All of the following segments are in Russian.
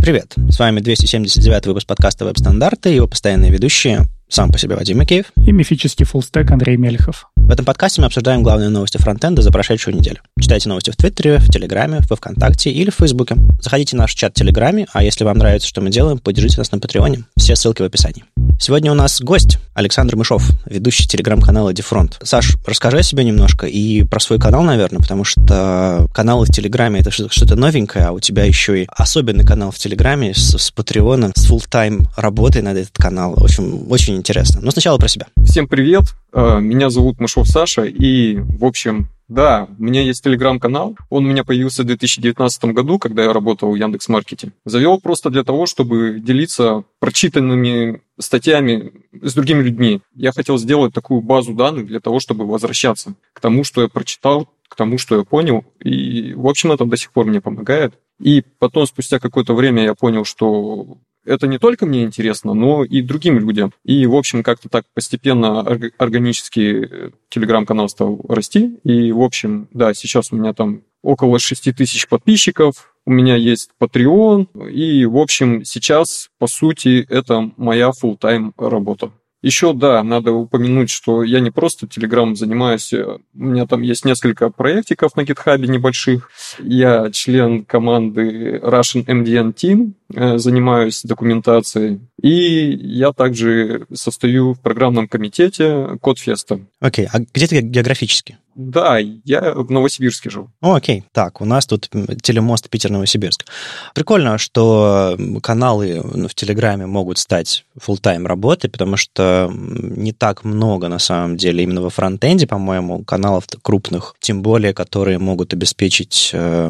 Привет, с вами 279 выпуск подкаста «Веб-стандарты» и его постоянные ведущие, сам по себе Вадим Макеев и мифический фуллстек Андрей Мелехов. В этом подкасте мы обсуждаем главные новости фронтенда за прошедшую неделю. Читайте новости в Твиттере, в Телеграме, во Вконтакте или в Фейсбуке. Заходите в наш чат в Телеграме, а если вам нравится, что мы делаем, поддержите нас на Патреоне. Все ссылки в описании. Сегодня у нас гость Александр Мышов, ведущий телеграм-канала Дифронт. Саш, расскажи о себе немножко и про свой канал, наверное, потому что каналы в Телеграме — это что-то новенькое, а у тебя еще и особенный канал в Телеграме с Патреоном, с фулл-тайм работой над этот канал. В общем, очень интересно. Но сначала про себя. Всем привет, меня зовут Мышов Саша, и, в общем, да, у меня есть телеграм-канал, он у меня появился в 2019 году, когда я работал в Яндекс.Маркете. Завел просто для того, чтобы делиться прочитанными статьями с другими людьми. Я хотел сделать такую базу данных для того, чтобы возвращаться к тому, что я прочитал, к тому, что я понял, и, в общем, это до сих пор мне помогает. И потом, спустя какое-то время, я понял, что это не только мне интересно, но и другим людям. И, в общем, как-то так постепенно органически телеграм-канал стал расти. И, в общем, да, сейчас у меня там около 6000 подписчиков, у меня есть Patreon, и, в общем, сейчас, по сути, это моя фулл-тайм работа. Еще, да, надо упомянуть, что я не просто Telegram занимаюсь, у меня там есть несколько проектиков на GitHub небольших. Я член команды Russian MDN Team, занимаюсь документацией. И я также состою в программном комитете Кодфеста. Окей, а где ты географически? Да, я в Новосибирске живу. Окей. Так, у нас тут телемост Питер-Новосибирск. Прикольно, что каналы в Телеграме могут стать фулл-тайм работой, потому что не так много, на самом деле, именно во фронтенде, по-моему, каналов крупных, тем более, которые могут обеспечить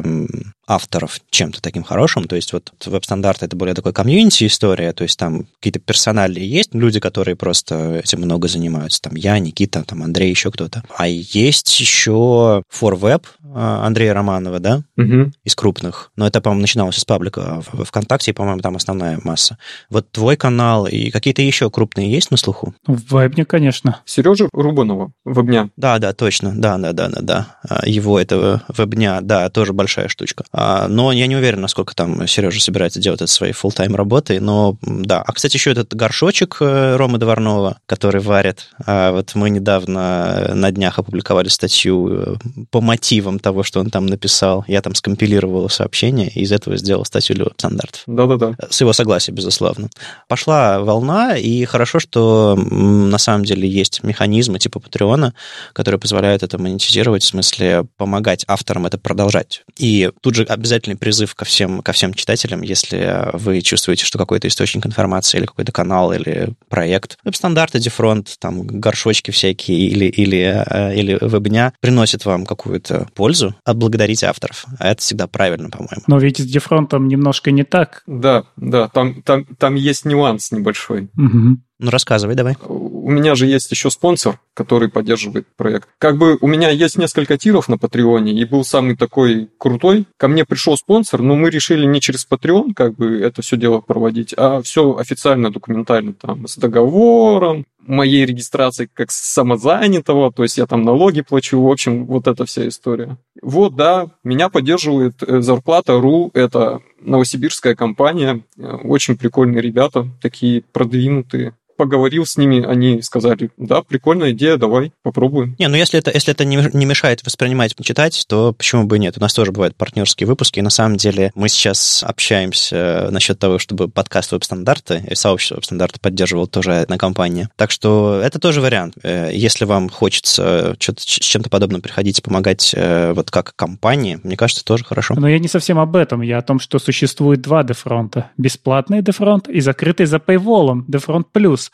авторов чем-то таким хорошим. То есть вот веб-стандарты — это более такой комьюнити-история, то есть там какие-то персонали есть, люди, которые просто этим много занимаются. Там я, Никита, там Андрей, еще кто-то. А есть еще ForWeb Андрея Романова, да, из крупных. Но это, по-моему, начиналось из паблика в ВКонтакте, и, по-моему, там основная масса. Вот твой канал и какие-то еще крупные есть на слуху? В Вебне, конечно. Сережа Рубанова, Вебня. Да, точно, да. Его этого Вебня, да, тоже большая штучка. Но я не уверен, насколько там Сережа собирается делать это своей фулл-тайм работой, но да. А, кстати, еще этот горшочек Ромы Доварнова, который варит. Вот мы недавно на днях опубликовали статью по мотивам того, что он там написал. Я там скомпилировал сообщение и из этого сделал статью для стандартов. Да. С его согласия, безусловно. Пошла волна, и хорошо, что на самом деле есть механизмы типа Патреона, которые позволяют это монетизировать, в смысле помогать авторам это продолжать. И тут же обязательный призыв ко всем читателям, если вы чувствуете, что какой-то источник информации или какой-то канал или проект, веб-стандарты, Дифронт, там горшочки всякие или Вебня приносит вам какую-то пользу, отблагодарите авторов. А это всегда правильно, по-моему. Но ведь с Дифронтом немножко не так. Да, там есть нюанс небольшой. Угу. Ну, рассказывай, давай. У меня же есть еще спонсор, который поддерживает проект. Как бы у меня есть несколько тиров на Патреоне, и был самый такой крутой. Ко мне пришел спонсор, но мы решили не через Patreon как бы это все дело проводить, а все официально, документально, там, с договором, моей регистрацией как самозанятого, то есть я там налоги плачу, в общем, вот эта вся история. Вот, да, меня поддерживает Зарплата.ру, это новосибирская компания, очень прикольные ребята, такие продвинутые. Поговорил с ними, они сказали, да, прикольная идея, давай, попробуем. Не, ну если это не мешает воспринимать, читать, то почему бы и нет? У нас тоже бывают партнерские выпуски, и на самом деле мы сейчас общаемся насчет того, чтобы подкаст веб-стандарты и сообщество веб-стандарты поддерживала тоже одна компания. Так что это тоже вариант. Если вам хочется с чем-то подобным приходить и помогать вот как компании, мне кажется, тоже хорошо. Но я не совсем об этом. Я о том, что существует два дефронта. Бесплатный дефронт и закрытый за paywall дефронт плюс.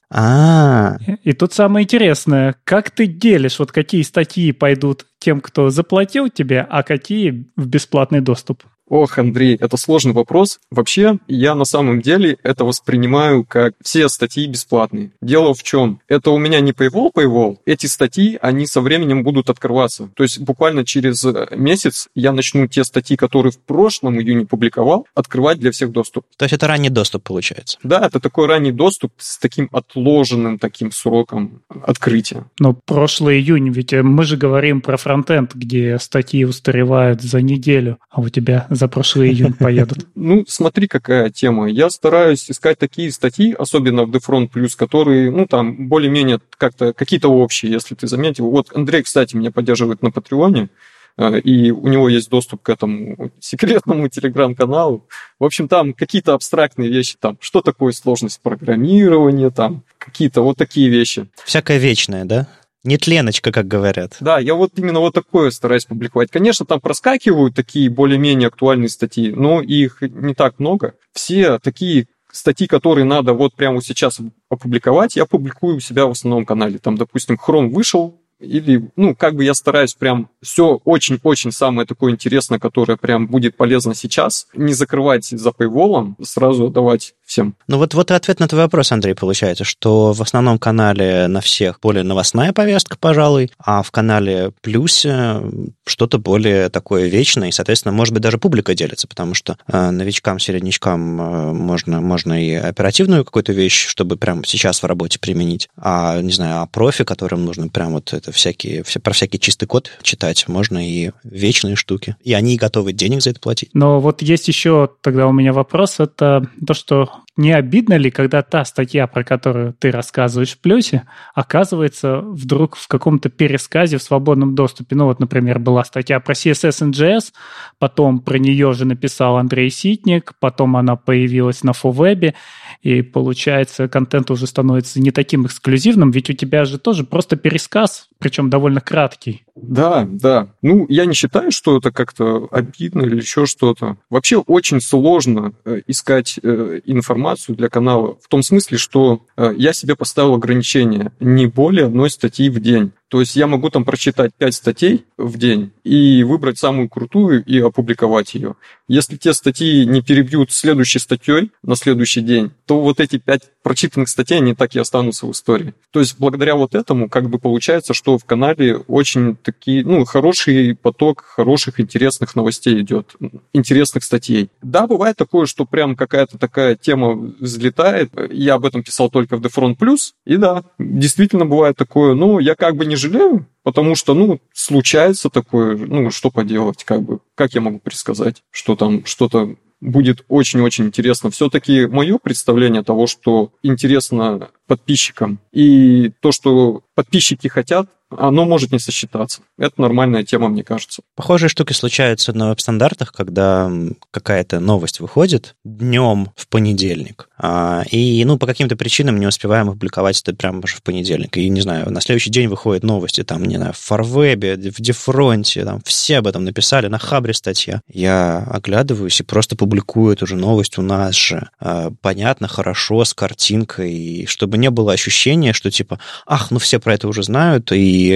И тут самое интересное, как ты делишь, вот какие статьи пойдут тем, кто заплатил тебе, а какие в бесплатный доступ? Ох, Андрей, это сложный вопрос. Вообще, я на самом деле это воспринимаю как все статьи бесплатные. Дело в чем? Это у меня не paywall. Эти статьи, они со временем будут открываться. То есть буквально через месяц я начну те статьи, которые в прошлом июне публиковал, открывать для всех доступ. То есть это ранний доступ получается? Да, это такой ранний доступ с таким отложенным таким сроком открытия. Но прошлый июнь, ведь мы же говорим про фронтенд, где статьи устаревают за неделю, а у тебя за прошлый июнь поедут? Ну, смотри, какая тема. Я стараюсь искать такие статьи, особенно в DevFront+, которые, ну, там, более-менее как-то какие-то общие, если ты заметил. Вот Андрей, кстати, меня поддерживает на Патреоне, и у него есть доступ к этому секретному телеграм-каналу. В общем, там какие-то абстрактные вещи, там, что такое сложность программирования, там, какие-то вот такие вещи. Всякое вечное, да? Нетленочка, как говорят. Да, я вот именно вот такое стараюсь публиковать. Конечно, там проскакивают такие более-менее актуальные статьи, но их не так много. Все такие статьи, которые надо вот прямо сейчас опубликовать, я публикую у себя в основном канале. Там, допустим, Chrome вышел, или, ну, как бы я стараюсь прям все очень-очень самое такое интересное, которое прям будет полезно сейчас, не закрывать за paywall, сразу давать всем. Ну вот и ответ на твой вопрос, Андрей, получается, что в основном канале на всех более новостная повестка, пожалуй, а в канале Плюсе что-то более такое вечное, и, соответственно, может быть, даже публика делится, потому что новичкам, середнячкам можно и оперативную какую-то вещь, чтобы прямо сейчас в работе применить, а, не знаю, а профи, которым нужно прям вот это про всякий чистый код читать, можно и вечные штуки. И они готовы денег за это платить. Но вот есть еще тогда у меня вопрос, это то, что не обидно ли, когда та статья, про которую ты рассказываешь в Плюсе, оказывается вдруг в каком-то пересказе в свободном доступе? Ну вот, например, была статья про CSS and JS, потом про нее же написал Андрей Ситник, потом она появилась на Фовебе, и получается, контент уже становится не таким эксклюзивным, ведь у тебя же тоже просто пересказ, причем довольно краткий. Да. Ну, я не считаю, что это как-то обидно или еще что-то. Вообще очень сложно искать информацию для канала в том смысле, что я себе поставил ограничение не более одной статьи в день. То есть я могу там прочитать 5 статей в день и выбрать самую крутую и опубликовать ее. Если те статьи не перебьют следующей статьей на следующий день, то вот эти 5 прочитанных статей, они так и останутся в истории. То есть благодаря вот этому как бы получается, что в канале очень такие, ну, хороший поток хороших, интересных новостей идет, интересных статей. Да, бывает такое, что прям какая-то такая тема взлетает. Я об этом писал только в DevFront+, и да, действительно бывает такое, но я как бы не жалею, потому что, ну, случается такое, ну, что поделать, как бы, как я могу предсказать, что там что-то будет очень-очень интересно. Все-таки мое представление того, что интересно подписчикам, и то, что подписчики хотят, оно может не сосчитаться. Это нормальная тема, мне кажется. Похожие штуки случаются на веб-стандартах, когда какая-то новость выходит днем в понедельник, и, ну, по каким-то причинам не успеваем опубликовать это прямо же в понедельник. И, не знаю, на следующий день выходят новости, там, не знаю, в Форвебе, в Дефронте, там, все об этом написали, на Хабре статья. Я оглядываюсь и просто публикую эту же новость у нас же. Понятно, хорошо, с картинкой, и чтобы не было ощущения, что типа, ну все про это уже знают,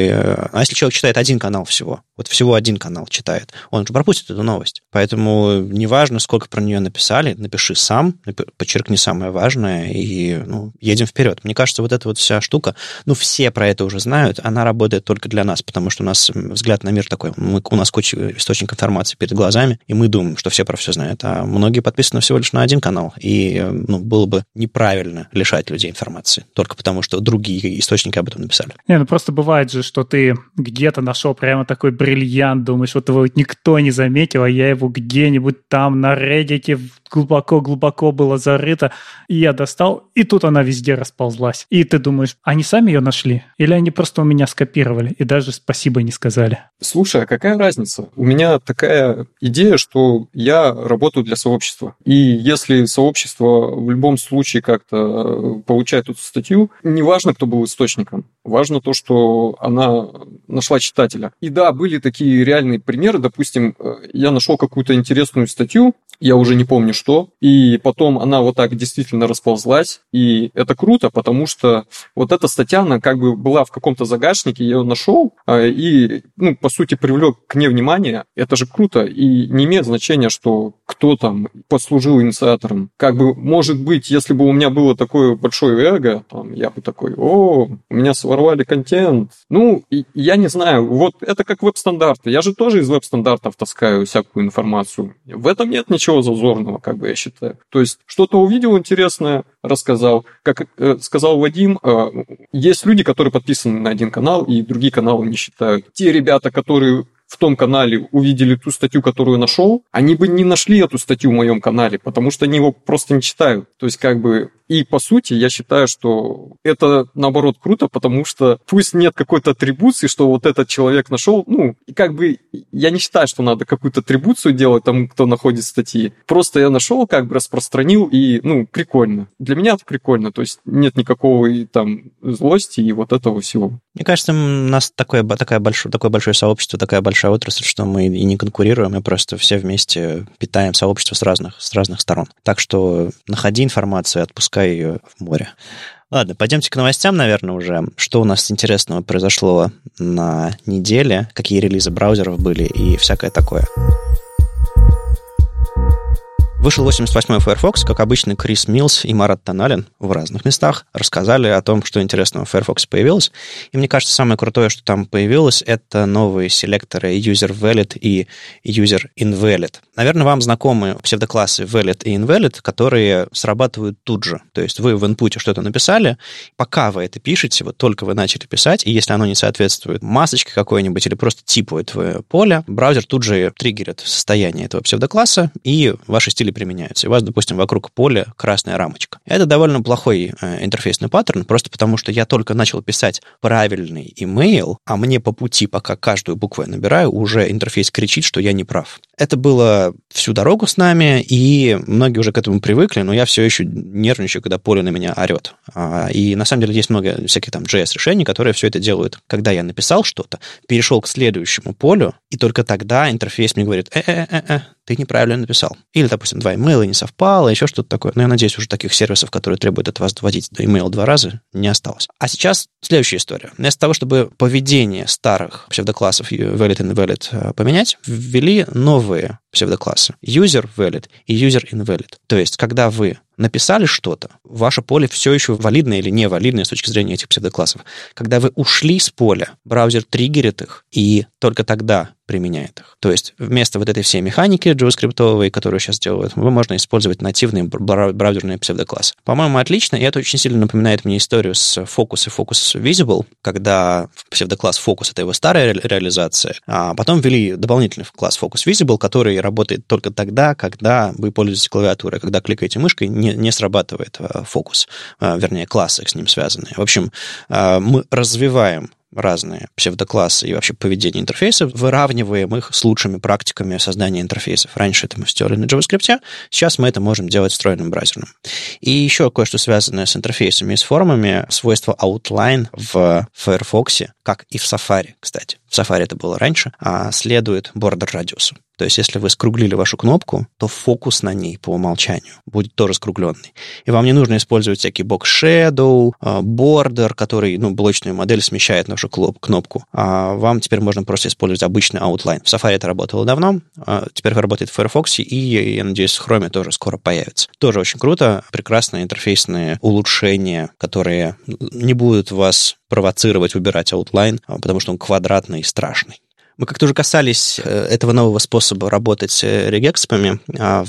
а если человек читает один канал всего, вот всего один канал читает, он же пропустит эту новость. Поэтому неважно, сколько про нее написали, напиши сам, подчеркни самое важное, и, ну, едем вперед. Мне кажется, вот эта вот вся штука, ну, все про это уже знают, она работает только для нас, потому что у нас взгляд на мир такой, у нас куча источников информации перед глазами, и мы думаем, что все про все знают, а многие подписаны всего лишь на один канал, и, ну, было бы неправильно лишать людей информации, только потому что другие источники об этом написали. Не, ну просто бывает же, что ты где-то нашел прямо такой бриллиант, думаешь, вот его никто не заметил, а я его где-нибудь там на Reddit глубоко-глубоко было зарыто, и я достал, и тут она везде расползлась. И ты думаешь, они сами ее нашли? Или они просто у меня скопировали и даже спасибо не сказали? Слушай, а какая разница? У меня такая идея, что я работаю для сообщества. И если сообщество в любом случае как-то получает эту статью, неважно, кто был источником, важно то, что она нашла читателя. И да, были такие реальные примеры. Допустим, я нашел какую-то интересную статью, я уже не помню что, и потом она вот так действительно расползлась, и это круто, потому что вот эта статья, она как бы была в каком-то загашнике, я ее нашел, и, ну, по сути, привлек к ней внимание. Это же круто, и не имеет значения, что кто там послужил инициатором. Как бы, может быть, если бы у меня было такое большое эго, там, я бы такой, у меня своровали контент. Ну, я не знаю, вот это как веб-стандарты. Я же тоже из веб-стандартов таскаю всякую информацию. В этом нет ничего зазорного, как бы я считаю. То есть, что-то увидел интересное, рассказал. Как сказал Вадим, есть люди, которые подписаны на один канал, и другие каналы не считают. Те ребята, которые в том канале увидели ту статью, которую нашел, они бы не нашли эту статью в моем канале, потому что они его просто не читают. То есть, и по сути, я считаю, что это, наоборот, круто, потому что пусть нет какой-то атрибуции, что вот этот человек нашел, я не считаю, что надо какую-то атрибуцию делать тому, кто находит статьи. Просто я нашел, распространил, и, прикольно. Для меня это прикольно, то есть нет никакого злости и вот этого всего. Мне кажется, у нас такое большое сообщество, такая большая отрасль, что мы и не конкурируем, мы просто все вместе питаем сообщество с разных сторон. Так что находи информацию, отпускай ее в море. Ладно, пойдемте к новостям, наверное, уже. Что у нас интересного произошло на неделе, какие релизы браузеров были и всякое такое. Вышел 88-й Firefox, как обычно, Крис Милс и Марат Таналин в разных местах рассказали о том, что интересного в Firefox появилось. И мне кажется, самое крутое, что там появилось, это новые селекторы User Valid и User Invalid. Наверное, вам знакомы псевдоклассы Valid и Invalid, которые срабатывают тут же. То есть вы в инпуте что-то написали, пока вы это пишете, вот только вы начали писать, и если оно не соответствует масочке какой-нибудь или просто типу этого поля, браузер тут же триггерит состояние этого псевдокласса, и ваши стили применяются. И у вас, допустим, вокруг поля красная рамочка. Это довольно плохой интерфейсный паттерн, просто потому что я только начал писать правильный имейл, а мне по пути, пока каждую букву я набираю, уже интерфейс кричит, что я не прав. Это было всю дорогу с нами, и многие уже к этому привыкли, но я все еще нервничаю, когда поле на меня орет. И на самом деле есть много всяких JS-решений, которые все это делают. Когда я написал что-то, перешел к следующему полю, и только тогда интерфейс мне говорит: ты неправильно написал. Или, допустим, два имейла не совпало, еще что-то такое. Но я надеюсь, уже таких сервисов, которые требуют от вас вводить имейл 2 раза, не осталось. А сейчас следующая история. Вместо того, чтобы поведение старых псевдоклассов valid и invalid поменять, ввели новые псевдоклассы user valid и user invalid. То есть, когда вы написали что-то, ваше поле все еще валидное или невалидное с точки зрения этих псевдоклассов. Когда вы ушли с поля, браузер триггерит их и только тогда применяет их. То есть вместо вот этой всей механики JavaScript, которую сейчас делают, можно использовать нативные браузерные псевдоклассы. По-моему, отлично, и это очень сильно напоминает мне историю с Focus и Focus Visible, когда псевдокласс Focus — это его старая реализация, а потом ввели дополнительный класс Focus Visible, который работает только тогда, когда вы пользуетесь клавиатурой. Когда кликаете мышкой, не срабатывает фокус, вернее, классы с ним связанные. В общем, мы развиваем разные псевдоклассы и вообще поведение интерфейсов, выравниваем их с лучшими практиками создания интерфейсов. Раньше это мы сделали на JavaScript, сейчас мы это можем делать встроенным браузером. И еще кое-что связанное с интерфейсами и с формами, свойство outline в Firefox, как и в Safari, кстати. В Safari это было раньше, следует border радиусу. То есть, если вы скруглили вашу кнопку, то фокус на ней по умолчанию будет тоже скругленный. И вам не нужно использовать всякий box shadow, border, который, блочную модель смещает нашу кнопку. Вам теперь можно просто использовать обычный outline. В Safari это работало давно, теперь работает в Firefox, и, я надеюсь, в Chrome тоже скоро появится. Тоже очень круто, прекрасные интерфейсные улучшения, которые не будут вас провоцировать выбирать outline, потому что он квадратный и страшный. Мы как-то уже касались этого нового способа работать с регекспами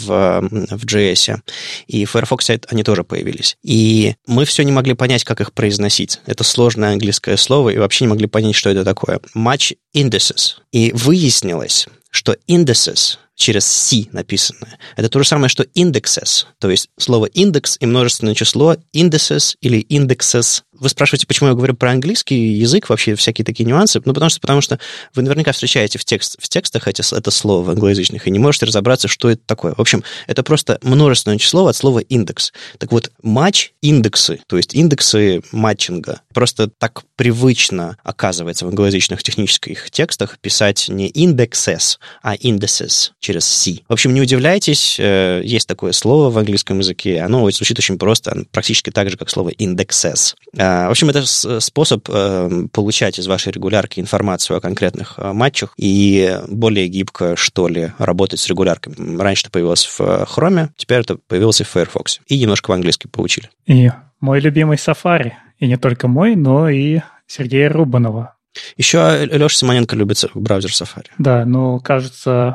в JS, и в Firefox они тоже появились. И мы все не могли понять, как их произносить. Это сложное английское слово, и вообще не могли понять, что это такое. Match indices. И выяснилось, что indices через C написанное, это то же самое, что indexes. То есть слово индекс и множественное число indices или indexes. Вы спрашиваете, почему я говорю про английский язык, вообще всякие такие нюансы? Потому что вы наверняка встречаете в текстах это слово в англоязычных и не можете разобраться, что это такое. В общем, это просто множественное число от слова индекс. Так вот, матч индексы, то есть индексы матчинга, просто так привычно оказывается в англоязычных технических текстах писать не indexes, а indices через C. В общем, не удивляйтесь, есть такое слово в английском языке, оно звучит очень просто, практически так же, как слово indexes. В общем, это способ получать из вашей регулярки информацию о конкретных матчах и более гибко, что ли, работать с регулярками. Раньше это появилось в Chrome, теперь это появилось и в Firefox. И немножко в английский получили. И мой любимый Safari. И не только мой, но и Сергея Рубанова. Еще Леша Симоненко любит браузер Safari. Да, кажется,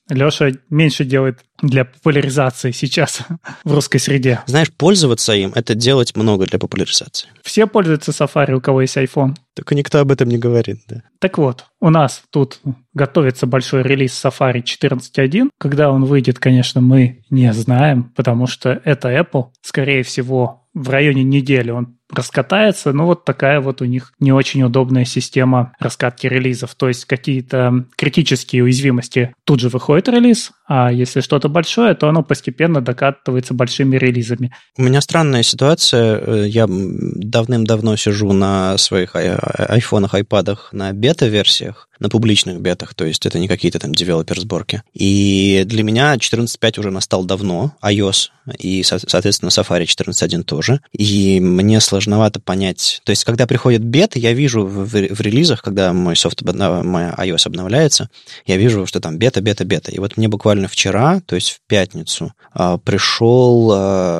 Леша меньше делает для популяризации сейчас в русской среде. Знаешь, пользоваться им – это делать много для популяризации. Все пользуются Safari, у кого есть iPhone. Только никто об этом не говорит, да. Так вот, у нас тут готовится большой релиз Safari 14.1. Когда он выйдет, конечно, мы не знаем, потому что это Apple. Скорее всего, в районе недели он раскатается, но вот такая вот у них не очень удобная система раскатки релизов. То есть какие-то критические уязвимости тут же выходит релиз, а если что-то большое, то оно постепенно докатывается большими релизами. У меня странная ситуация. Я давным-давно сижу на своих айфонах, айпадах на бета-версиях, на публичных бетах, то есть это не какие-то там девелопер-сборки. И для меня 14.5 уже настал давно, iOS, и, соответственно, Safari 14.1 тоже. И мне сложновато понять. То есть, когда приходит бета, я вижу в релизах, когда мой iOS обновляется, я вижу, что там бета. И вот мне буквально вчера, то есть в пятницу, пришел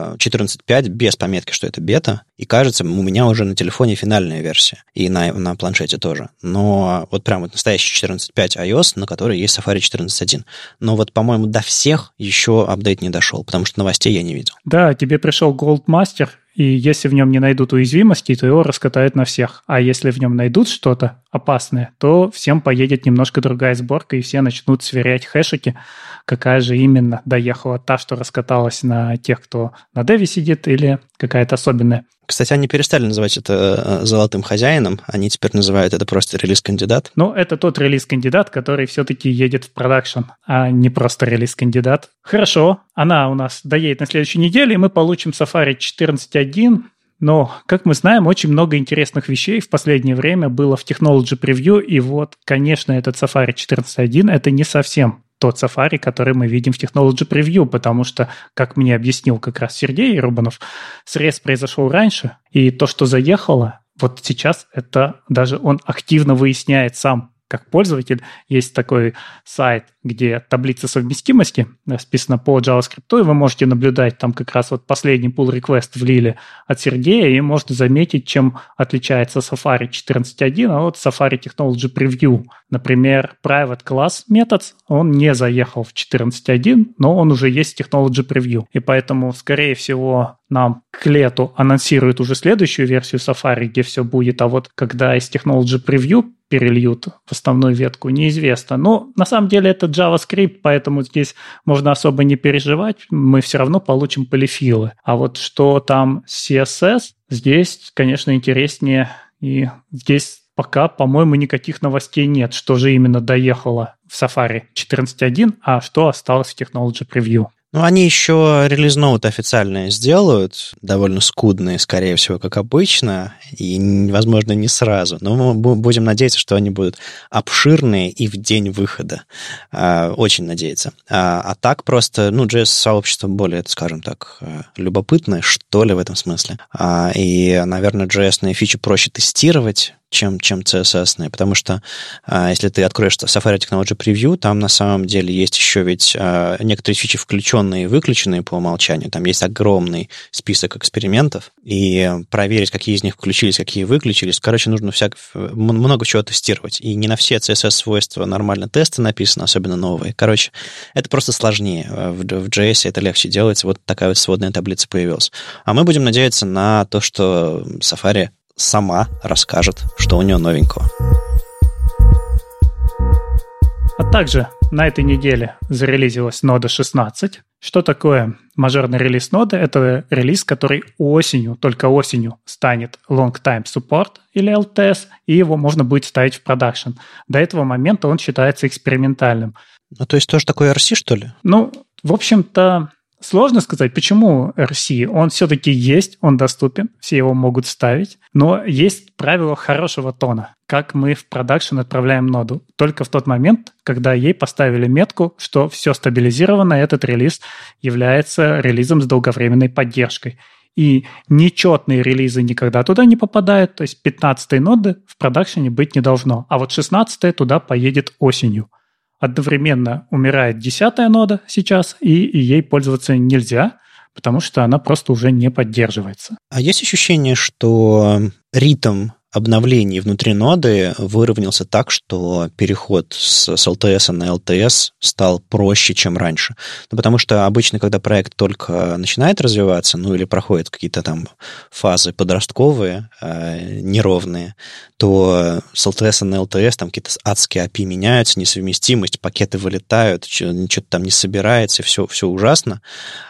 14.5 без пометки, что это бета, и кажется, у меня уже на телефоне финальная версия, и на планшете тоже. Но вот прям вот настоящий 14.5 iOS, на который есть Safari 14.1. Но вот, по-моему, до всех еще апдейт не дошел, потому что новостей я не видел. Да, тебе пришел Gold Master, и если в нем не найдут уязвимостей, то его раскатают на всех. А если в нем найдут что-то опасное, то всем поедет немножко другая сборка, и все начнут сверять хэшики, какая же именно доехала та, что раскаталась на тех, кто на деве сидит, или какая-то особенная. Кстати, они перестали называть это золотым хозяином, они теперь называют это просто релиз-кандидат. Ну, это тот релиз-кандидат, который все-таки едет в продакшн, а не просто релиз-кандидат. Хорошо, она у нас доедет на следующей неделе, и мы получим Safari 14.1. Но, как мы знаем, очень много интересных вещей в последнее время было в Technology Preview, и вот, конечно, этот Safari 14.1 – это не совсем тот Safari, который мы видим в Technology Preview, потому что, как мне объяснил как раз Сергей Рубанов, срез произошел раньше, и то, что заехало, вот сейчас это даже он активно выясняет сам, как пользователь. Есть такой сайт, где таблица совместимости расписана по JavaScript, и вы можете наблюдать, там как раз вот последний pull request влили от Сергея, и можно заметить, чем отличается Safari 14.1 от Safari Technology Preview. Например, private class methods, он не заехал в 14.1, но он уже есть в Technology Preview. И поэтому, скорее всего, нам к лету анонсируют уже следующую версию Safari, где все будет, а вот когда из Technology Preview перельют в основную ветку, неизвестно. Но на самом деле это JavaScript, поэтому здесь можно особо не переживать, мы все равно получим полифилы. А вот что там с CSS, здесь, конечно, интереснее, и здесь пока, по-моему, никаких новостей нет, что же именно доехало в Safari 14.1, а что осталось в Technology Preview. Ну, они еще релиз-ноут официальные сделают, довольно скудные, скорее всего, как обычно, и, возможно, не сразу. Но мы будем надеяться, что они будут обширные и в день выхода. Очень надеяться. А так просто, JS-сообщество более, скажем так, любопытное, что ли, в этом смысле. И, наверное, JS-ные фичи проще тестировать, чем CSS-ные, потому что если ты откроешь Safari Technology Preview, там на самом деле есть еще ведь некоторые фичи включенные и выключенные по умолчанию, там есть огромный список экспериментов, и проверить, какие из них включились, какие выключились, нужно много чего тестировать, и не на все CSS-свойства нормально тесты написаны, особенно новые. Это просто сложнее. В JS это легче делать, вот такая вот сводная таблица появилась. А мы будем надеяться на то, что Safari сама расскажет, что у нее новенького. А также на этой неделе зарелизилась нода 16. Что такое мажорный релиз ноды? Это релиз, который только осенью станет Long Time Support или LTS, и его можно будет ставить в продакшн. До этого момента он считается экспериментальным. То есть тоже такой RC, что ли? В общем-то, сложно сказать, почему RC. Он все-таки есть, он доступен, все его могут ставить, но есть правило хорошего тона, как мы в продакшн отправляем ноду. Только в тот момент, когда ей поставили метку, что все стабилизировано, этот релиз является релизом с долговременной поддержкой. И нечетные релизы никогда туда не попадают, то есть 15-й ноды в продакшене быть не должно, а вот 16-я туда поедет осенью. Одновременно умирает 10-я нода сейчас, и ей пользоваться нельзя, потому что она просто уже не поддерживается. А есть ощущение, что ритм обновлений внутри ноды выровнялся так, что переход с LTS на LTS стал проще, чем раньше. Ну, потому что обычно, когда проект только начинает развиваться, ну или проходит какие-то там фазы подростковые, неровные, то с LTS на LTS там какие-то адские API меняются, несовместимость, пакеты вылетают, что-то там не собирается, все ужасно.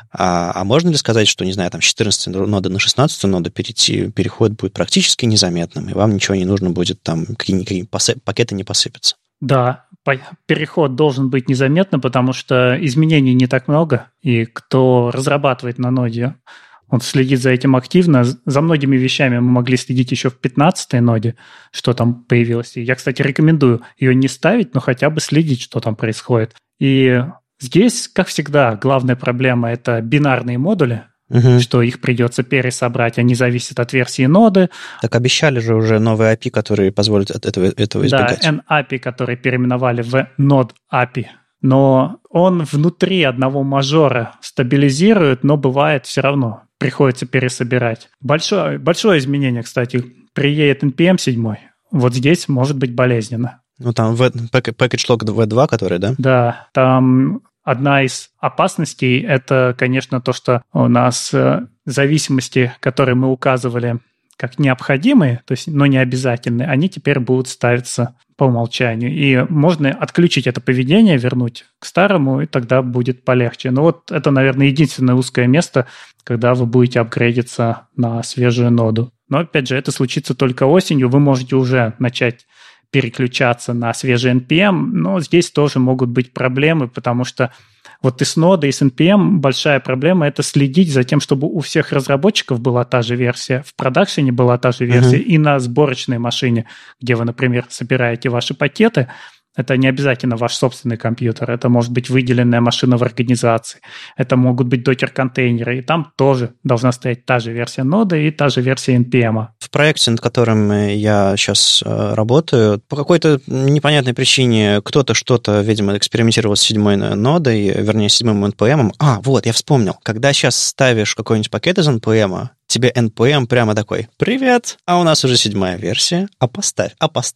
А можно ли сказать, что, не знаю, там, с 14 ноды на 16 ноду переход будет практически незаметным, и вам ничего не нужно будет, там, какие пакеты не посыпятся? Да, переход должен быть незаметным, потому что изменений не так много, и кто разрабатывает на ноде, он следит за этим активно. За многими вещами мы могли следить еще в 15-й ноде, что там появилось. И я, кстати, рекомендую ее не ставить, но хотя бы следить, что там происходит. И здесь, как всегда, главная проблема – это бинарные модули, что их придется пересобрать, они зависят от версии ноды. Так обещали же уже новые API, которые позволят от этого избегать. Да, NAPI, который переименовали в Node API. Но он внутри одного мажора стабилизирует, но бывает все равно. Приходится пересобирать. Большое изменение, кстати, приедет NPM 7. Вот здесь может быть болезненно. Ну, там package log V2, который, да? Да, там одна из опасностей – это, конечно, то, что у нас зависимости, которые мы указывали как необходимые, то есть, но не обязательные, они теперь будут ставиться по умолчанию. И можно отключить это поведение, вернуть к старому, и тогда будет полегче. Но вот это, наверное, единственное узкое место, когда вы будете апгрейдиться на свежую ноду. Но, опять же, это случится только осенью. Вы можете уже начать переключаться на свежий NPM, но здесь тоже могут быть проблемы, потому что вот и с нодой, и с NPM большая проблема – это следить за тем, чтобы у всех разработчиков была та же версия, в продакшене была та же версия, и на сборочной машине, где вы, например, собираете ваши пакеты, это не обязательно ваш собственный компьютер, это может быть выделенная машина в организации, это могут быть докер-контейнеры, и там тоже должна стоять та же версия ноды и та же версия NPM. В проекте, над которым я сейчас работаю, по какой-то непонятной причине кто-то что-то, видимо, экспериментировал с 7 нодой, вернее, с 7 NPM. Вот, я вспомнил. Когда сейчас ставишь какой-нибудь пакет из NPM, тебе NPM прямо такой: «Привет, а у нас уже 7 версия, а поставь.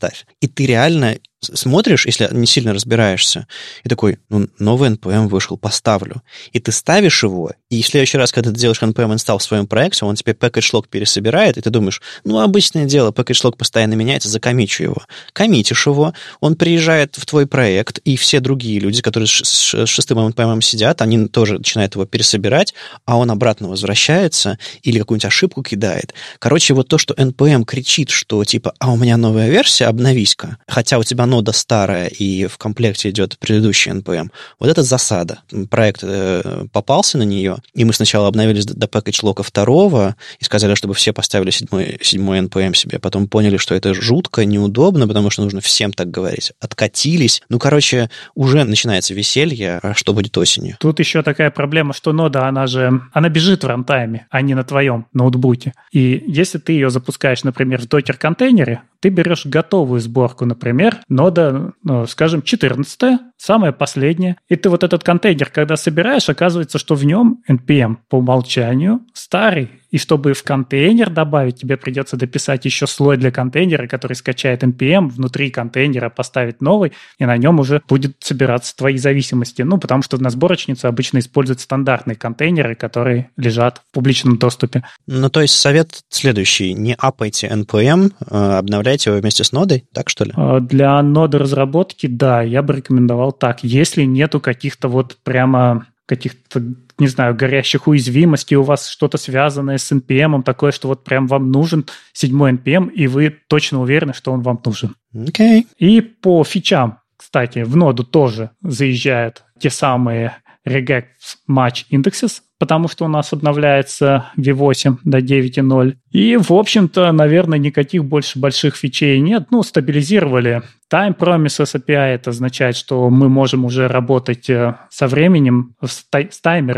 И ты реально смотришь, если не сильно разбираешься, и такой: новый NPM вышел, поставлю. И ты ставишь его, и в следующий раз, когда ты делаешь NPM install в своем проекте, он тебе package log пересобирает, и ты думаешь: обычное дело, package log постоянно меняется, закоммичу его. Коммитишь его, он приезжает в твой проект, и все другие люди, которые с 6 NPM сидят, они тоже начинают его пересобирать, а он обратно возвращается, или какую-нибудь ошибку кидает. Короче, вот то, что NPM кричит, что типа: у меня новая версия, обновись-ка, хотя у тебя нода старая, и в комплекте идет предыдущий NPM, вот это засада. Проект попался на нее, и мы сначала обновились до package log 2 и сказали, чтобы все поставили 7 NPM себе, потом поняли, что это жутко, неудобно, потому что нужно всем так говорить. Откатились. Короче, уже начинается веселье, что будет осенью. Тут еще такая проблема, что нода, она бежит в рантайме, а не на твоем ноутбуке. И если ты ее запускаешь, например, в докер-контейнере, ты берешь готовую сборку, например, нода, скажем, 14, самая последняя, и ты вот этот контейнер, когда собираешь, оказывается, что в нем NPM по умолчанию старый, и чтобы в контейнер добавить, тебе придется дописать еще слой для контейнера, который скачает NPM, внутри контейнера поставить новый, и на нем уже будет собираться твои зависимости. Потому что на сборочнице обычно используют стандартные контейнеры, которые лежат в публичном доступе. То есть совет следующий: не апайте NPM, обновляйте его вместе с нодой, так что ли? Для ноды разработки, да, я бы рекомендовал так. Если нету каких-то не знаю, горящих уязвимостей, у вас что-то связанное с NPM, такое, что вот прям вам нужен 7 NPM, и вы точно уверены, что он вам нужен. Okay. И по фичам, кстати, в ноду тоже заезжают те самые regex match indexes, потому что у нас обновляется V8 до 9.0. И, в общем-то, наверное, никаких больше больших фичей нет. Стабилизировали Time Promises API. Это означает, что мы можем уже работать со временем с таймерами.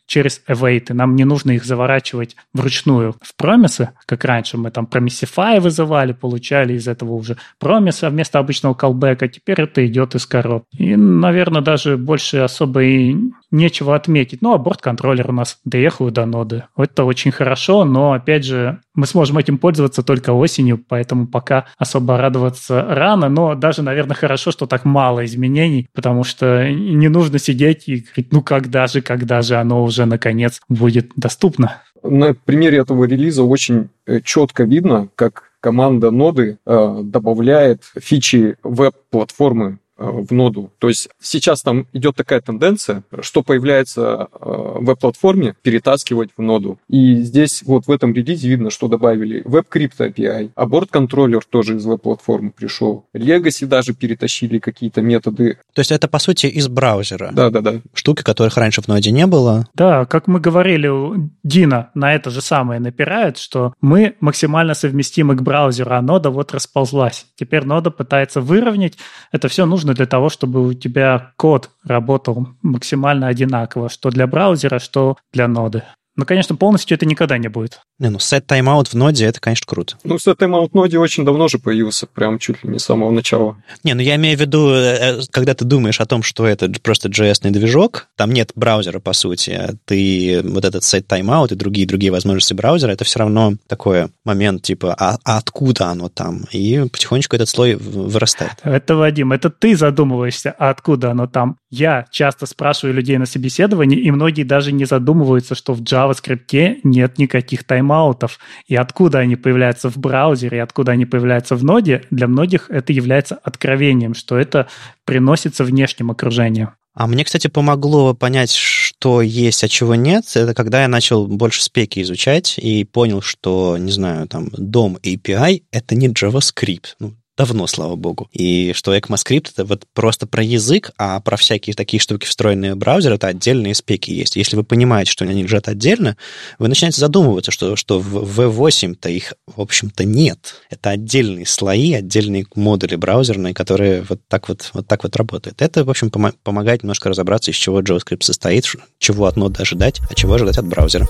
через await, и нам не нужно их заворачивать вручную в промисы, как раньше мы там Promesify вызывали, получали из этого уже промисы вместо обычного callback, теперь это идет из коробки. И, наверное, даже больше особо и нечего отметить. Ну, а борт-контроллер у нас доехал до ноды. Это очень хорошо, но, опять же, мы сможем этим пользоваться только осенью, поэтому пока особо радоваться рано, но даже, наверное, хорошо, что так мало изменений, потому что не нужно сидеть и говорить, ну когда же оно уже наконец будет доступно. На примере этого релиза очень четко видно, как команда ноды добавляет фичи веб-платформы в ноду. То есть сейчас там идет такая тенденция, что появляется в веб-платформе, перетаскивать в ноду. И здесь вот в этом релизе видно, что добавили WebCrypt API, а борт-контроллер тоже из веб-платформы пришел. Legacy даже перетащили какие-то методы. То есть это, по сути, из браузера? Да. Штуки, которых раньше в ноде не было? Да, как мы говорили, Дина на это же самое напирает, что мы максимально совместимы к браузеру, а нода вот расползлась. Теперь нода пытается выровнять. Это все нужно для того, чтобы у тебя код работал максимально одинаково, что для браузера, что для ноды. Но, конечно, полностью это никогда не будет. Set timeout в ноде, это, конечно, круто. Set timeout в ноде очень давно же появился, прям чуть ли не с самого начала. Я имею в виду, когда ты думаешь о том, что это просто JS-ный движок, там нет браузера, по сути, ты вот этот set timeout и другие возможности браузера, это все равно такой момент, типа, а откуда оно там? И потихонечку этот слой вырастает. Это, Вадим, это ты задумываешься, а откуда оно там? Я часто спрашиваю людей на собеседовании, и многие даже не задумываются, что в JavaScript нет никаких тайм-аутов. И откуда они появляются в браузере, и откуда они появляются в ноде, для многих это является откровением, что это приносится внешним окружением. А мне, кстати, помогло понять, что есть, а чего нет, это когда я начал больше спеки изучать и понял, что, не знаю, там, DOM API — это не JavaScript. Давно, слава богу. И что ECMAScript — это вот просто про язык, а про всякие такие штуки, встроенные в браузер, это отдельные спеки есть. Если вы понимаете, что они лежат отдельно, вы начинаете задумываться, что в V8-то их, в общем-то, нет. Это отдельные слои, отдельные модули браузерные, которые вот так вот работают. Это, в общем, помогает немножко разобраться, из чего JavaScript состоит, чего от ноды ожидать, а чего ожидать от браузера.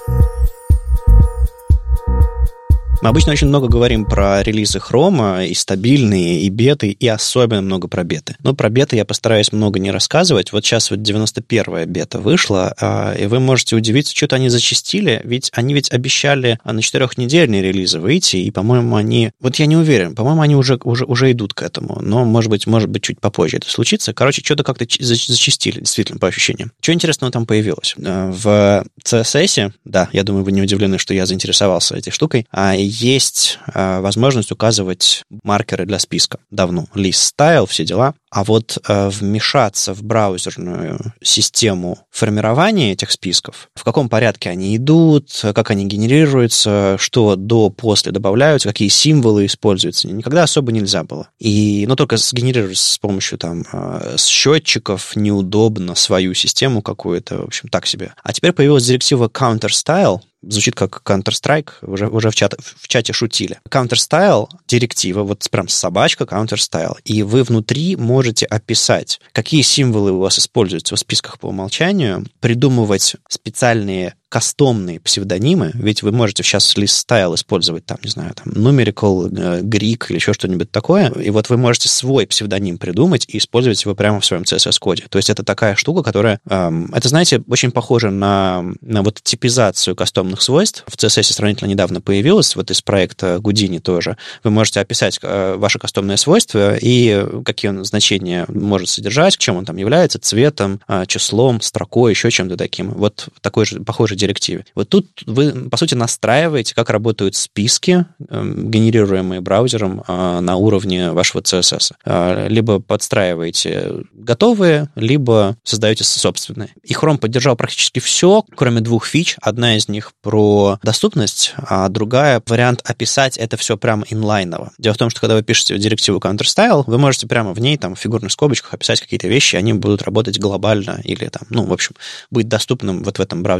Мы обычно очень много говорим про релизы Chrome, и стабильные, и беты, и особенно много про беты. Но про беты я постараюсь много не рассказывать. Вот сейчас вот 91-я бета вышла, и вы можете удивиться, что-то они зачастили, ведь они обещали на 4-недельные релизы выйти, и, по-моему, они... Вот я не уверен, по-моему, они уже идут к этому, но, может быть, чуть попозже это случится. Короче, что-то как-то зачастили, действительно, по ощущениям. Что интересного там появилось? В CSS, да, я думаю, вы не удивлены, что я заинтересовался этой штукой, есть возможность указывать маркеры для списка. Давно. List style, все дела. А вот вмешаться в браузерную систему формирования этих списков, в каком порядке они идут, как они генерируются, что до-после добавляются, какие символы используются, никогда особо нельзя было. Но только сгенерировать с помощью счетчиков неудобно свою систему какую-то, в общем, так себе. А теперь появилась директива counter-style, звучит как Counter-Strike, уже в чате шутили. Counter-Style директива, вот прям собачка Counter-Style, и вы внутри можете описать, какие символы у вас используются в списках по умолчанию, придумывать специальные кастомные псевдонимы, ведь вы можете сейчас list style использовать, numerical, Greek или еще что-нибудь такое, и вот вы можете свой псевдоним придумать и использовать его прямо в своем CSS-коде. То есть это такая штука, которая, это, знаете, очень похоже на вот типизацию кастомных свойств. В CSS сравнительно недавно появилась, вот из проекта Houdini тоже. Вы можете описать ваше кастомное свойство и какие он значения может содержать, чем он там является, цветом, числом, строкой, еще чем-то таким. Вот такой же, похожий директиве. Вот тут вы, по сути, настраиваете, как работают списки, генерируемые браузером на уровне вашего CSS. Либо подстраиваете готовые, либо создаете собственные. И Chrome поддержал практически все, кроме 2 фич. Одна из них про доступность, а другая вариант описать это все прямо инлайново. Дело в том, что когда вы пишете директиву Counter-Style, вы можете прямо в ней, в фигурных скобочках описать какие-то вещи, они будут работать глобально или в общем, быть доступным вот в этом браузерном контексте.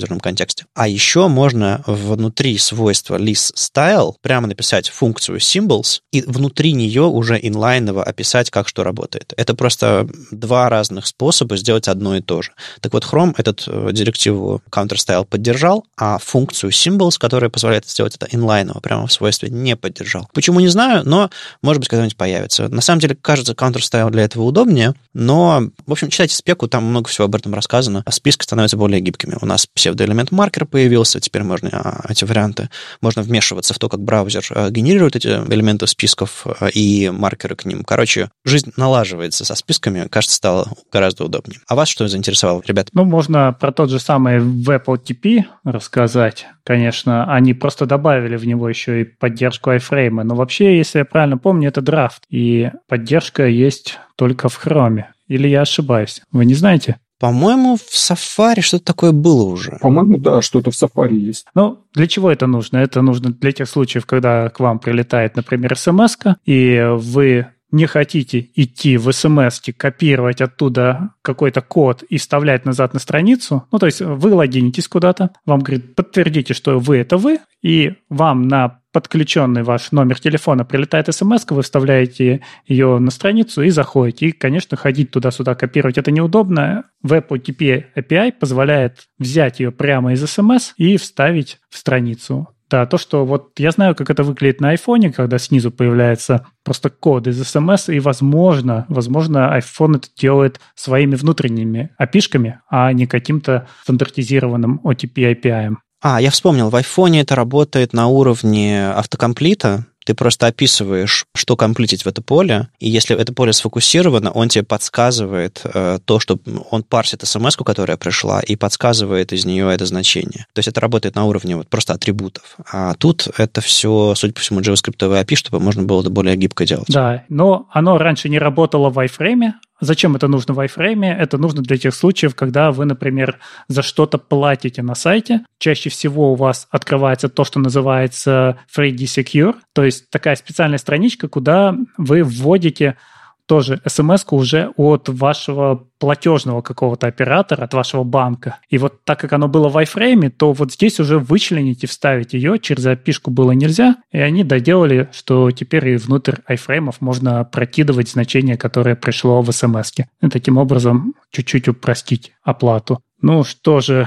контексте. А еще можно внутри свойства listStyle прямо написать функцию symbols и внутри нее уже инлайново описать, как что работает. Это просто два разных способа сделать одно и то же. Так вот, Chrome эту директиву counterstyle поддержал, а функцию symbols, которая позволяет сделать это инлайново прямо в свойстве, не поддержал. Почему, не знаю, но, может быть, когда-нибудь появится. На самом деле, кажется, counterstyle для этого удобнее, но, в общем, читайте спеку, там много всего об этом рассказано, а списки становятся более гибкими. У нас псевдоэлемент маркер появился, теперь можно эти варианты, можно вмешиваться в то, как браузер генерирует эти элементы списков и маркеры к ним. Короче, жизнь налаживается со списками, кажется, стало гораздо удобнее. А вас что заинтересовало, ребят? Ну, можно про тот же самый WebOTP рассказать. Конечно, они просто добавили в него еще и поддержку iFrame. Но вообще, если я правильно помню, это драфт. И поддержка есть только в Chrome. Или я ошибаюсь? Вы не знаете? По-моему, в Safari что-то такое было уже. По-моему, да, что-то в Safari есть. Ну, для чего это нужно? Это нужно для тех случаев, когда к вам прилетает, например, смс-ка, и вы не хотите идти в смс-ке, копировать оттуда какой-то код и вставлять назад на страницу, ну, то есть вы логинитесь куда-то, вам говорит, подтвердите, что вы – это вы, и вам на подключенный ваш номер телефона прилетает смс-ка, вы вставляете ее на страницу и заходите. И, конечно, ходить туда-сюда, копировать это неудобно. WebOTP API позволяет взять ее прямо из смс и вставить в страницу. Да, то, что вот я знаю, как это выглядит на айфоне, когда снизу появляется просто код из смс, и, возможно, iPhone это делает своими внутренними API-шками, а не каким-то стандартизированным OTP API. Я вспомнил, в айфоне это работает на уровне автокомплита. Ты просто описываешь, что комплитить в это поле, и если это поле сфокусировано, он тебе подсказывает то, что он парсит смс-ку, которая пришла, и подсказывает из нее это значение. То есть это работает на уровне вот просто атрибутов. А тут это все, судя по всему, JavaScript-овые API, чтобы можно было это более гибко делать. Да, но оно раньше не работало в iFrame. Зачем это нужно в iFrame? Это нужно для тех случаев, когда вы, например, за что-то платите на сайте. Чаще всего у вас открывается то, что называется Freddy Secure, то есть такая специальная страничка, куда вы вводите тоже смс-ку уже от вашего платежного какого-то оператора, от вашего банка. И вот так как оно было в iFrame, то вот здесь уже вычленить и вставить ее через API-шку было нельзя, и они доделали, что теперь и внутрь iFrame можно прокидывать значение, которое пришло в смс-ке. И таким образом чуть-чуть упростить оплату. Ну что же,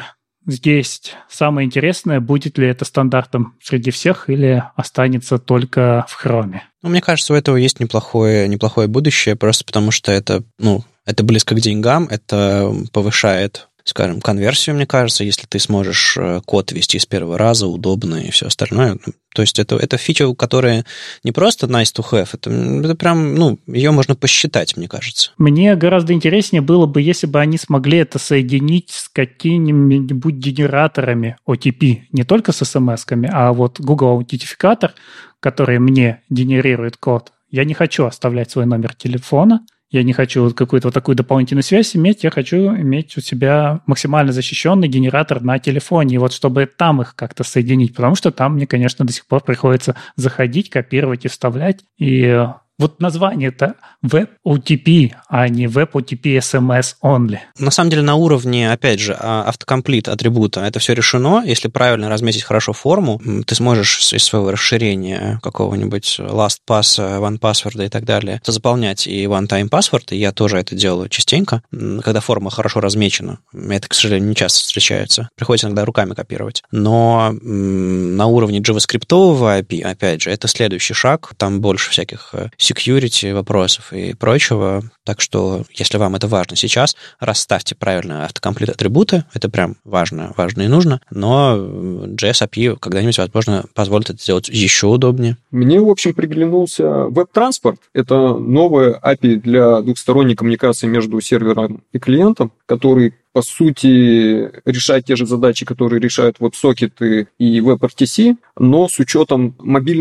здесь самое интересное, будет ли это стандартом среди всех или останется только в Chrome. Ну, мне кажется, у этого есть неплохое будущее, просто потому что это близко к деньгам, это повышает, скажем, конверсию, мне кажется, если ты сможешь код ввести с первого раза, удобно и все остальное. То есть это фича, которая не просто nice to have, это прям, ее можно посчитать, мне кажется. Мне гораздо интереснее было бы, если бы они смогли это соединить с какими-нибудь генераторами OTP, не только с смс-ками, а вот Google аутентификатор, который мне генерирует код. Я не хочу оставлять свой номер телефона, я не хочу какую-то вот такую дополнительную связь иметь, я хочу иметь у себя максимально защищенный генератор на телефоне, и вот чтобы там их как-то соединить, потому что там мне, конечно, до сих пор приходится заходить, копировать и вставлять, и вот название-то WebOTP, а не WebOTP SMS only. На самом деле на уровне, опять же, автокомплит атрибута это все решено. Если правильно разметить хорошо форму, ты сможешь из своего расширения какого-нибудь LastPass, OnePassword и так далее заполнять и one-time password, и я тоже это делаю частенько, когда форма хорошо размечена. Это, к сожалению, не часто встречается. Приходится иногда руками копировать. Но на уровне JavaScript-ового API, опять же, это следующий шаг. Там больше всяких security вопросов и прочего. Так что, если вам это важно сейчас, расставьте правильно автокомплит атрибуты. Это прям важно и нужно. Но JS API когда-нибудь, возможно, позволит это сделать еще удобнее. Мне, в общем, приглянулся WebTransport. Это новая API для двухсторонней коммуникации между сервером и клиентом, который, по сути, решает те же задачи, которые решают WebSocket и WebRTC, но с учетом мобильных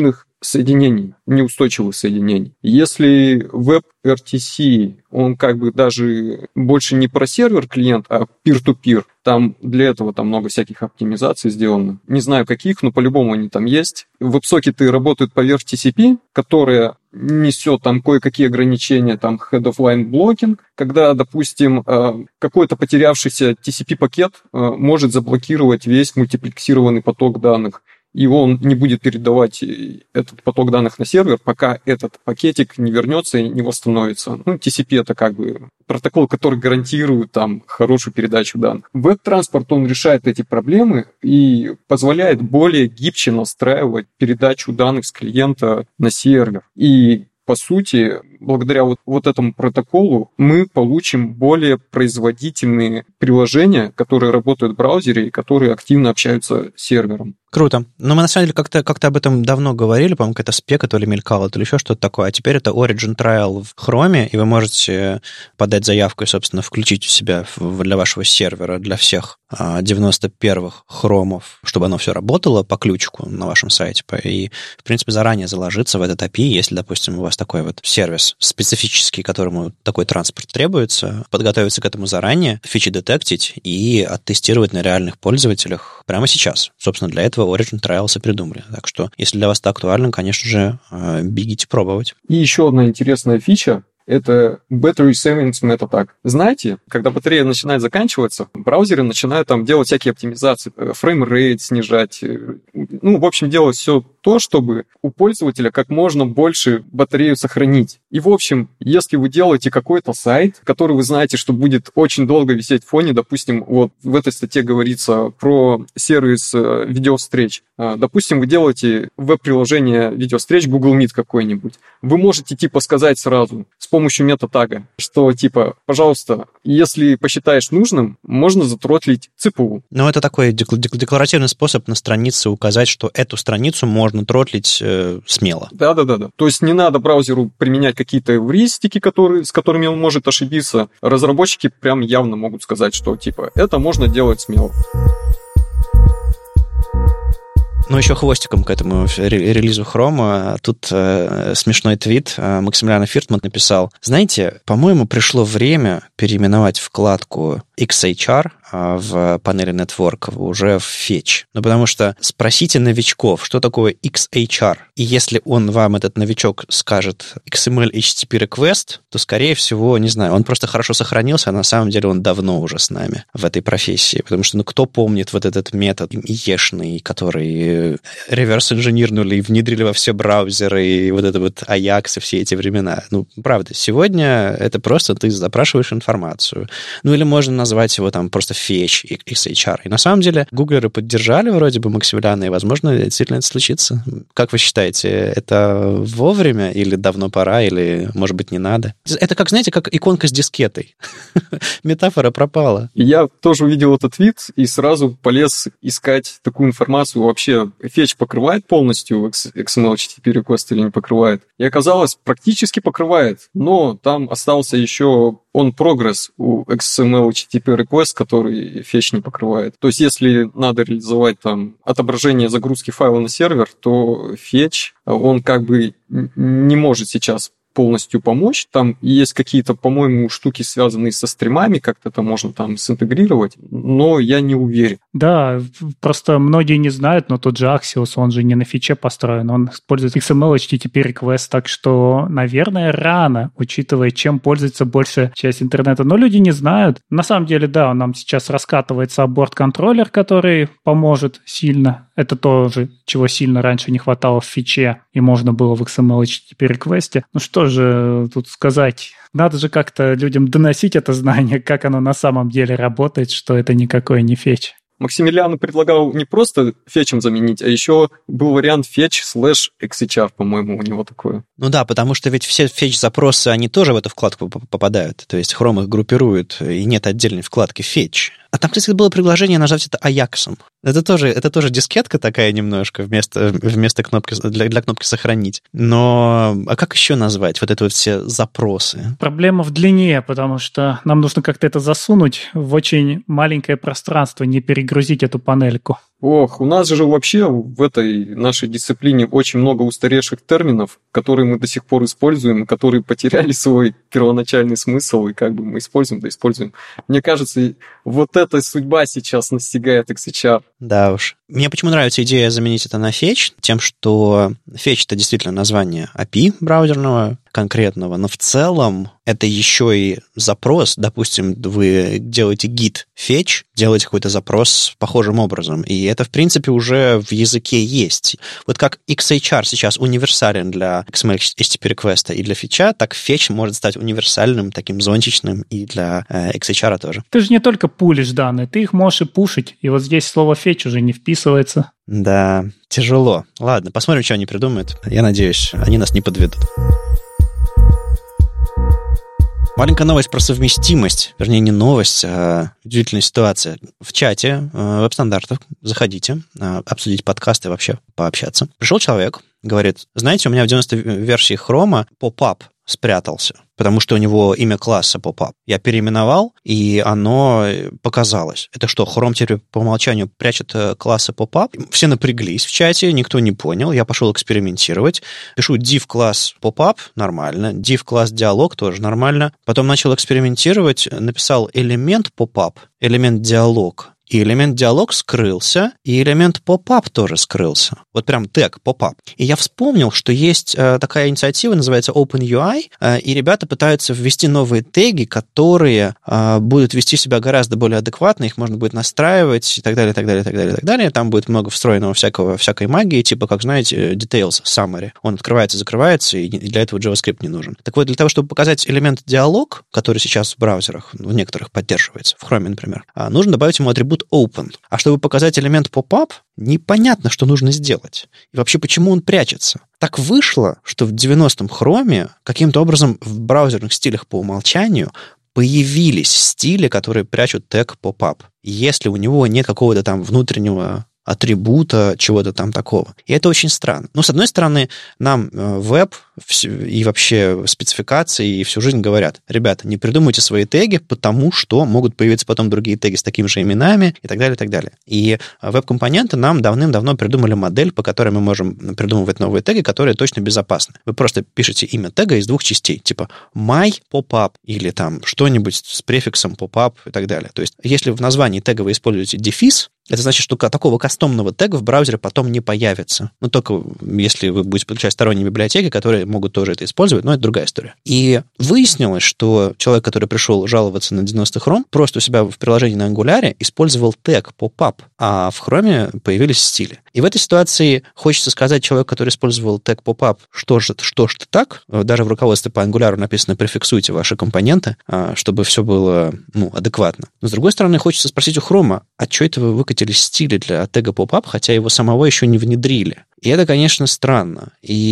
соединений, неустойчивых соединений. Если WebRTC, он как бы даже больше не про сервер-клиент, а peer-to-peer, там для этого там много всяких оптимизаций сделано. Не знаю каких, но по-любому они там есть. Веб-сокеты работают поверх TCP, которая несет там кое-какие ограничения, там head-of-line blocking, когда, допустим, какой-то потерявшийся TCP-пакет может заблокировать весь мультиплексированный поток данных, и он не будет передавать этот поток данных на сервер, пока этот пакетик не вернется и не восстановится. Ну, TCP — это как бы протокол, который гарантирует там хорошую передачу данных. Веб-транспорт, он решает эти проблемы и позволяет более гибче настраивать передачу данных с клиента на сервер. И по сути, благодаря вот этому протоколу мы получим более производительные приложения, которые работают в браузере и которые активно общаются с сервером. Круто. Но мы, на самом деле, как-то об этом давно говорили, по-моему, какая-то спека то ли мелькала, то ли еще что-то такое. А теперь это Origin Trial в Chrome, и вы можете подать заявку и, собственно, включить у себя для вашего сервера, для всех 91-х хромов, чтобы оно все работало по ключику на вашем сайте. И, в принципе, заранее заложиться в этот API, если, допустим, у вас такой вот сервис специфический, которому такой транспорт требуется, подготовиться к этому заранее, фичи детектить и оттестировать на реальных пользователях прямо сейчас. Собственно, для этого Origin Trials и придумали. Так что, если для вас это актуально, конечно же, бегите пробовать. И еще одна интересная фича — это Battery Savings Meta-Tag. Знаете, когда батарея начинает заканчиваться, браузеры начинают там делать всякие оптимизации, фреймрейт снижать, ну, в общем, делать все то, чтобы у пользователя как можно больше батарею сохранить. И, в общем, если вы делаете какой-то сайт, который вы знаете, что будет очень долго висеть в фоне, допустим, вот в этой статье говорится про сервис видеовстреч. Допустим, вы делаете веб-приложение видеовстреч, Google Meet какой-нибудь. Вы можете, типа, сказать сразу с помощью мета-тага, что, типа, пожалуйста, если посчитаешь нужным, можно затротлить ЦПУ. Ну, это такой декларативный способ на странице указать, что эту страницу можно тротлить смело. Да. То есть не надо браузеру применять какие-то эвристики, с которыми он может ошибиться. Разработчики прям явно могут сказать, что, типа, это можно делать смело. Ну, еще хвостиком к этому релизу Chrome. Тут смешной твит. Максимилиан Фиртман написал: знаете, по-моему, пришло время переименовать вкладку XHR в панели Network уже в Fetch. Ну, потому что спросите новичков, что такое XHR. И если он вам, этот новичок, скажет XML HTTP request, то, скорее всего, не знаю, он просто хорошо сохранился, а на самом деле он давно уже с нами в этой профессии. Потому что, ну, кто помнит вот этот метод IE-шный, который реверс-инженернули и внедрили во все браузеры, и вот это вот Ajax и все эти времена. Ну, правда, сегодня это просто ты запрашиваешь информацию. Ну, или можно назвать его там просто Fetch и XHR. И на самом деле гуглеры поддержали вроде бы Максимилиана, и, возможно, действительно это случится. Как вы считаете, это вовремя или давно пора, или, может быть, не надо? Это как, знаете, как иконка с дискетой. Метафора пропала. Я тоже увидел этот твит и сразу полез искать такую информацию. Вообще, Fetch покрывает полностью XML HTTP request или не покрывает? И оказалось, практически покрывает, но там остался еще on-progress у XML HTTP request, который Fetch не покрывает. То есть, если надо реализовать там отображение загрузки файла на сервер, то Fetch, он как бы не может сейчас полностью помочь. Там есть какие-то, по-моему, штуки, связанные со стримами, как-то это можно там синтегрировать, но я не уверен. Да, просто многие не знают, но тот же Axios, он же не на фиче построен, он использует XML HTTP request, так что, наверное, рано, учитывая, чем пользуется большая часть интернета. Но люди не знают. На самом деле, да, нам сейчас раскатывается аборт-контроллер, который поможет сильно. Это тоже, чего сильно раньше не хватало в фиче, и можно было в XML HTTP request. Ну что же тут сказать? Надо же как-то людям доносить это знание, как оно на самом деле работает, что это никакой не фетч. Максимилиану предлагал не просто фетчем заменить, а еще был вариант fetch/XHR, по-моему, у него такое. Ну да, потому что ведь все фетч-запросы, они тоже в эту вкладку попадают. То есть Chrome их группирует, и нет отдельной вкладки fetch. А там, кстати, было предложение назвать это Ajax. Это тоже дискетка такая немножко вместо кнопки, для кнопки «Сохранить». Но а как еще назвать вот это вот все запросы? Проблема в длине, потому что нам нужно как-то это засунуть в очень маленькое пространство, не перегрузить эту панельку. Ох, у нас же вообще в этой нашей дисциплине очень много устаревших терминов, которые мы до сих пор используем, которые потеряли свой первоначальный смысл, и как бы мы используем, да используем. Мне кажется, вот эта судьба сейчас настигает XHR. Да уж. Мне почему нравится идея заменить это на Fetch, тем, что Fetch — это действительно название API браузерного конкретного, но в целом это еще и запрос. Допустим, вы делаете git fetch, делаете какой-то запрос похожим образом, и это, в принципе, уже в языке есть. Вот как XHR сейчас универсален для XML HTTP request и для фетча, так fetch может стать универсальным, таким зонтичным и для XHR тоже. Ты же не только пулишь данные, ты их можешь и пушить, и вот здесь слово fetch уже не вписывается. Да, тяжело. Ладно, посмотрим, что они придумают. Я надеюсь, они нас не подведут. Маленькая новость про совместимость. Вернее, не новость, а удивительная ситуация. В чате веб-стандартов заходите, обсудить подкасты, вообще пообщаться. Пришел человек, говорит, знаете, у меня в 90-й версии Chrome поп-ап спрятался, потому что у него имя класса поп-ап. Я переименовал, и оно показалось. Это что, Chrome теперь по умолчанию прячет классы поп-ап? Все напряглись в чате, никто не понял. Я пошел экспериментировать. Пишу div-класс поп-ап, нормально. Div-класс диалог, тоже нормально. Потом начал экспериментировать, написал элемент поп-ап, элемент диалог. И элемент диалог скрылся, и элемент поп-ап тоже скрылся. Вот прям тег поп-ап. И я вспомнил, что есть такая инициатива, называется OpenUI, и ребята пытаются ввести новые теги, которые будут вести себя гораздо более адекватно, их можно будет настраивать и так далее, так далее, так далее, так далее. Там будет много встроенного всякой магии, типа, как знаете, details, summary. Он открывается, закрывается, и для этого JavaScript не нужен. Так вот, для того, чтобы показать элемент диалог, который сейчас в браузерах, в некоторых поддерживается, в Chrome, например, нужно добавить ему атрибут open. А чтобы показать элемент pop-up, непонятно, что нужно сделать. И вообще, почему он прячется. Так вышло, что в 90-м Chrome каким-то образом в браузерных стилях по умолчанию появились стили, которые прячут тег pop-up. Если у него нет какого-то там внутреннего атрибута, чего-то там такого. И это очень странно. Но, с одной стороны, нам веб и вообще спецификации и всю жизнь говорят, ребята, не придумывайте свои теги, потому что могут появиться потом другие теги с такими же именами и так далее, и так далее. И веб-компоненты нам давным-давно придумали модель, по которой мы можем придумывать новые теги, которые точно безопасны. Вы просто пишете имя тега из двух частей, типа my pop-up или там что-нибудь с префиксом pop-up и так далее. То есть, если в названии тега вы используете дефис, это значит, что такого кастомного тега в браузере потом не появится. Ну, только если вы будете подключать сторонние библиотеки, которые могут тоже это использовать, но это другая история. И выяснилось, что человек, который пришел жаловаться на 90-й Chrome, просто у себя в приложении на Angular использовал тег pop-up, а в Chrome появились стили. И в этой ситуации хочется сказать человеку, который использовал тег pop-up, что ж это так? Даже в руководстве по Angular написано «префиксуйте ваши компоненты», чтобы все было адекватно. Но, с другой стороны, хочется спросить у Chrome, а что это вы выкатили стили для тега pop-up, хотя его самого еще не внедрили? И это, конечно, странно.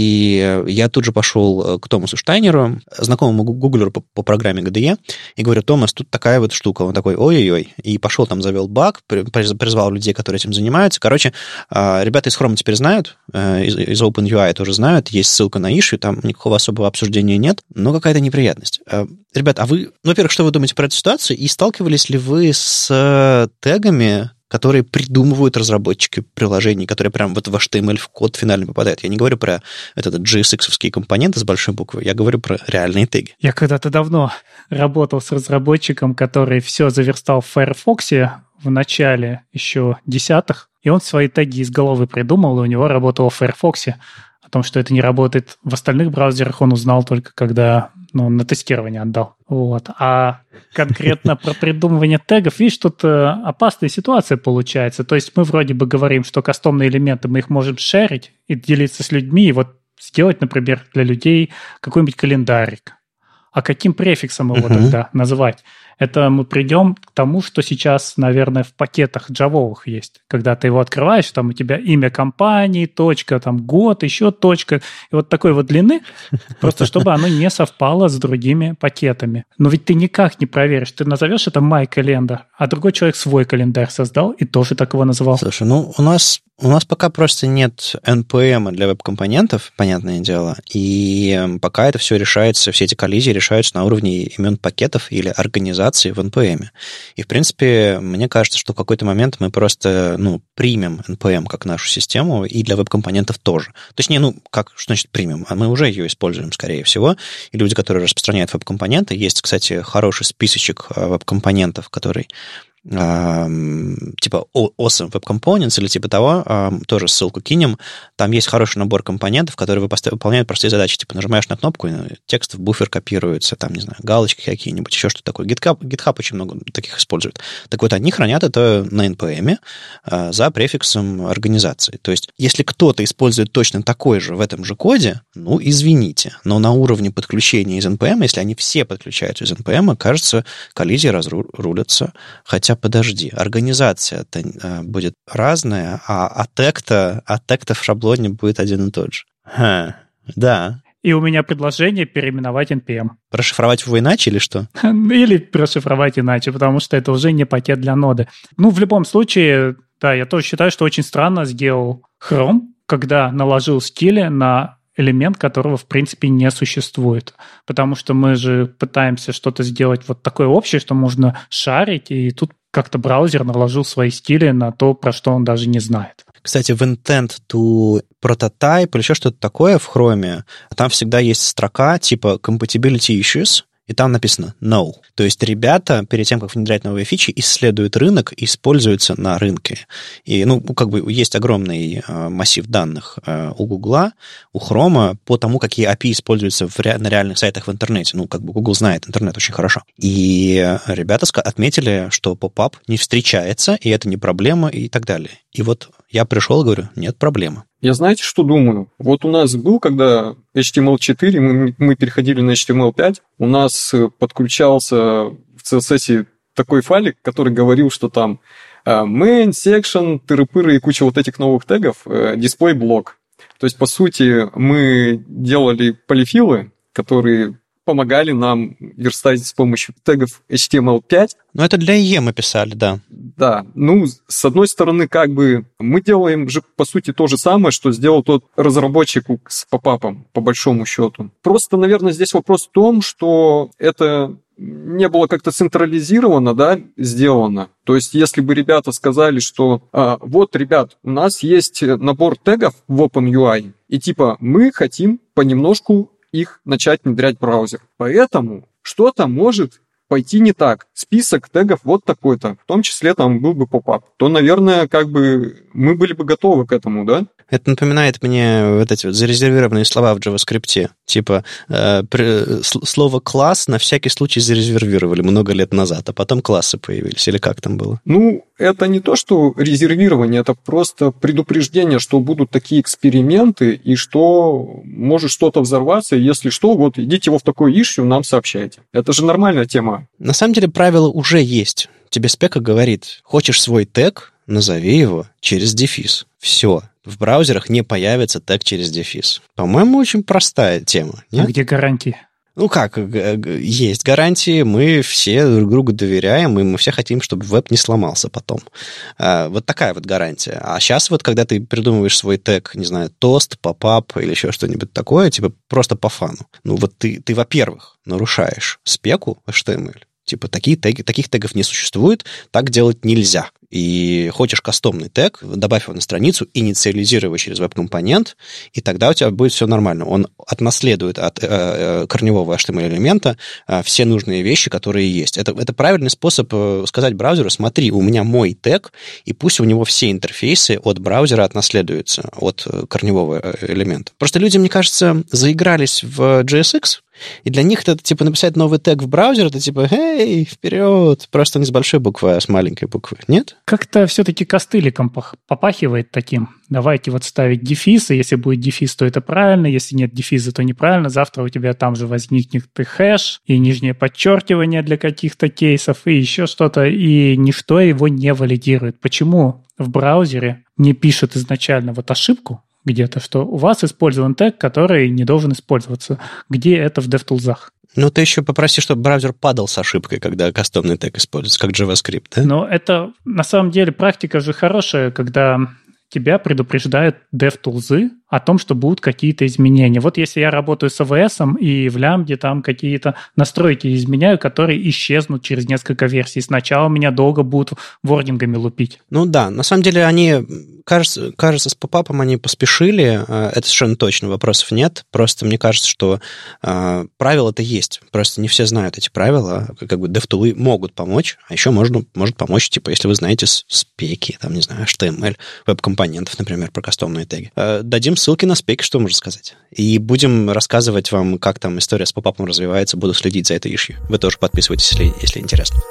И я тут же пошел к Томасу Штайнеру, знакомому гуглеру по программе GDE, и говорю, Томас, тут такая вот штука. Он такой, ой-ой-ой. И пошел там, завел баг, призвал людей, которые этим занимаются. Короче, ребята из Chrome теперь знают, из OpenUI тоже знают, есть ссылка на issue, там никакого особого обсуждения нет, но какая-то неприятность. Ребят, а вы, во-первых, что вы думаете про эту ситуацию? И сталкивались ли вы с тегами, которые придумывают разработчики приложений, которые прям вот в HTML в код финально попадают? Я не говорю про JSX-овские компоненты с большой буквы, я говорю про реальные теги. Я когда-то давно работал с разработчиком, который все заверстал в Firefox в начале еще 10-х, и он свои теги из головы придумал, и у него работало в Firefox. О том, что это не работает в остальных браузерах, он узнал только когда на тестирование отдал. Вот. А конкретно про придумывание тегов, видишь, тут опасная ситуация получается. То есть мы вроде бы говорим, что кастомные элементы мы их можем шерить и делиться с людьми, и вот сделать, например, для людей какой-нибудь календарик. А каким префиксом его тогда называть? Это мы придем к тому, что сейчас, наверное, в пакетах джавовых есть. Когда ты его открываешь, там у тебя имя компании, точка, там год, еще точка. И вот такой вот длины, просто чтобы оно не совпало с другими пакетами. Но ведь ты никак не проверишь. Ты назовешь это My Calendar, а другой человек свой календарь создал и тоже так его называл. Слушай, у нас пока просто нет NPM для веб-компонентов, понятное дело, и пока это все решается, все эти коллизии решаются на уровне имен пакетов или организаций, организации в NPM. И, в принципе, мне кажется, что в какой-то момент мы просто примем NPM как нашу систему и для веб-компонентов тоже. Точнее, что значит примем? А мы уже ее используем, скорее всего. И люди, которые распространяют веб-компоненты, есть, кстати, хороший списочек веб-компонентов, который типа Awesome Web Components или типа того, тоже ссылку кинем. Там есть хороший набор компонентов, которые выполняют простые задачи. Типа нажимаешь на кнопку, и текст в буфер копируется, там, не знаю, галочки какие-нибудь, еще что-то такое. GitHub очень много таких использует. Так вот, они хранят это на NPM за префиксом организации. То есть, если кто-то использует точно такой же в этом же коде, извините, но на уровне подключения из NPM, если они все подключаются из NPM, кажется, коллизии разрулятся. Хотя, подожди, организация-то будет разная, а тег-то в шаблоне будет один и тот же. Да. И у меня предложение переименовать NPM. Прошифровать его иначе или что? Или прошифровать иначе, потому что это уже не пакет для ноды. В любом случае, да, я тоже считаю, что очень странно сделал Chrome, когда наложил стили на элемент, которого, в принципе, не существует. Потому что мы же пытаемся что-то сделать вот такое общее, что можно шарить, и тут как-то браузер наложил свои стили на то, про что он даже не знает. Кстати, в intent to prototype или еще что-то такое в Chrome, там всегда есть строка типа compatibility issues, и там написано no. То есть ребята, перед тем, как внедрять новые фичи, исследуют рынок и используются на рынке. И, есть огромный массив данных у Гугла, у Хрома по тому, какие API используются на реальных сайтах в интернете. Google знает интернет очень хорошо. И ребята отметили, что поп-ап не встречается, и это не проблема, и так далее. И вот я пришел и говорю, нет проблемы. Я знаете, что думаю? Вот у нас был, когда HTML4, мы переходили на HTML5, у нас подключался в CSS такой файлик, который говорил, что там main, section, тыры-пыры и куча вот этих новых тегов, display блок. То есть, по сути, мы делали полифилы, которые помогали нам верстать с помощью тегов HTML5. Это для IE мы писали, да. Да, с одной стороны, мы делаем же, по сути, то же самое, что сделал тот разработчик с попапом, по большому счету. Просто, наверное, здесь вопрос в том, что это не было как-то централизировано, да, сделано. То есть, если бы ребята сказали, что вот, ребят, у нас есть набор тегов в OpenUI, и мы хотим понемножку их начать внедрять в браузер. Поэтому что-то может пойти не так. Список тегов вот такой-то, в том числе там был бы поп-ап. То, наверное, мы были бы готовы к этому, да? Это напоминает мне вот эти зарезервированные слова в JavaScript. Типа слово «класс» на всякий случай зарезервировали много лет назад, а потом классы появились. Или как там было? Это не то, что резервирование, это просто предупреждение, что будут такие эксперименты, и что может что-то взорваться, и если что, вот идите в такой issue, нам сообщайте. Это же нормальная тема. На самом деле правило уже есть. Тебе спека говорит, хочешь свой тег, назови его через дефис. Все. В браузерах не появится тег через дефис. По-моему, очень простая тема. Нет? А где гарантии? Есть гарантии, мы все друг другу доверяем, и мы все хотим, чтобы веб не сломался потом. Вот такая вот гарантия. А сейчас вот, когда ты придумываешь свой тег, не знаю, тост, поп-ап или еще что-нибудь такое, просто по фану. Ты, во-первых, нарушаешь спеку HTML. Таких тегов не существует, так делать нельзя. И хочешь кастомный тег, добавь его на страницу, инициализируй его через веб-компонент, и тогда у тебя будет все нормально. Он отнаследует от корневого HTML-элемента все нужные вещи, которые есть. Это правильный способ сказать браузеру, смотри, у меня мой тег, и пусть у него все интерфейсы от браузера отнаследуются от корневого элемента. Просто люди, мне кажется, заигрались в JSX, и для них это, написать новый тег в браузер, это эй, вперед, просто не с большой буквы, а с маленькой буквы. Нет? Как-то все-таки костыликом попахивает таким. Давайте ставить дефисы. Если будет дефис, то это правильно. Если нет дефиса, то неправильно. Завтра у тебя там же возникнет и хэш, и нижнее подчеркивание для каких-то кейсов, и еще что-то. И ничто его не валидирует. Почему в браузере не пишет изначально ошибку, где-то, что у вас использован тег, который не должен использоваться. Где это в DevTools? Ты еще попроси, чтобы браузер падал с ошибкой, когда кастомный тег используется, как JavaScript, да? Но это, на самом деле, практика же хорошая, когда тебя предупреждают DevTools о том, что будут какие-то изменения. Вот если я работаю с AWS и в лямбде там какие-то настройки изменяю, которые исчезнут через несколько версий. Сначала меня долго будут вордингами лупить. Ну да, на самом деле они, кажется, с попапом они поспешили, это совершенно точно, вопросов нет. Просто мне кажется, что правила-то есть, просто не все знают эти правила, как бы DevTools могут помочь, а еще может помочь, типа, если вы знаете спеки, там, не знаю, HTML, веб-компонентов, например, про кастомные теги. Дадим ссылки на спеки, что можно сказать. И будем рассказывать вам, как там история с попапом развивается, буду следить за этой ишью. Вы тоже подписывайтесь, если интересно.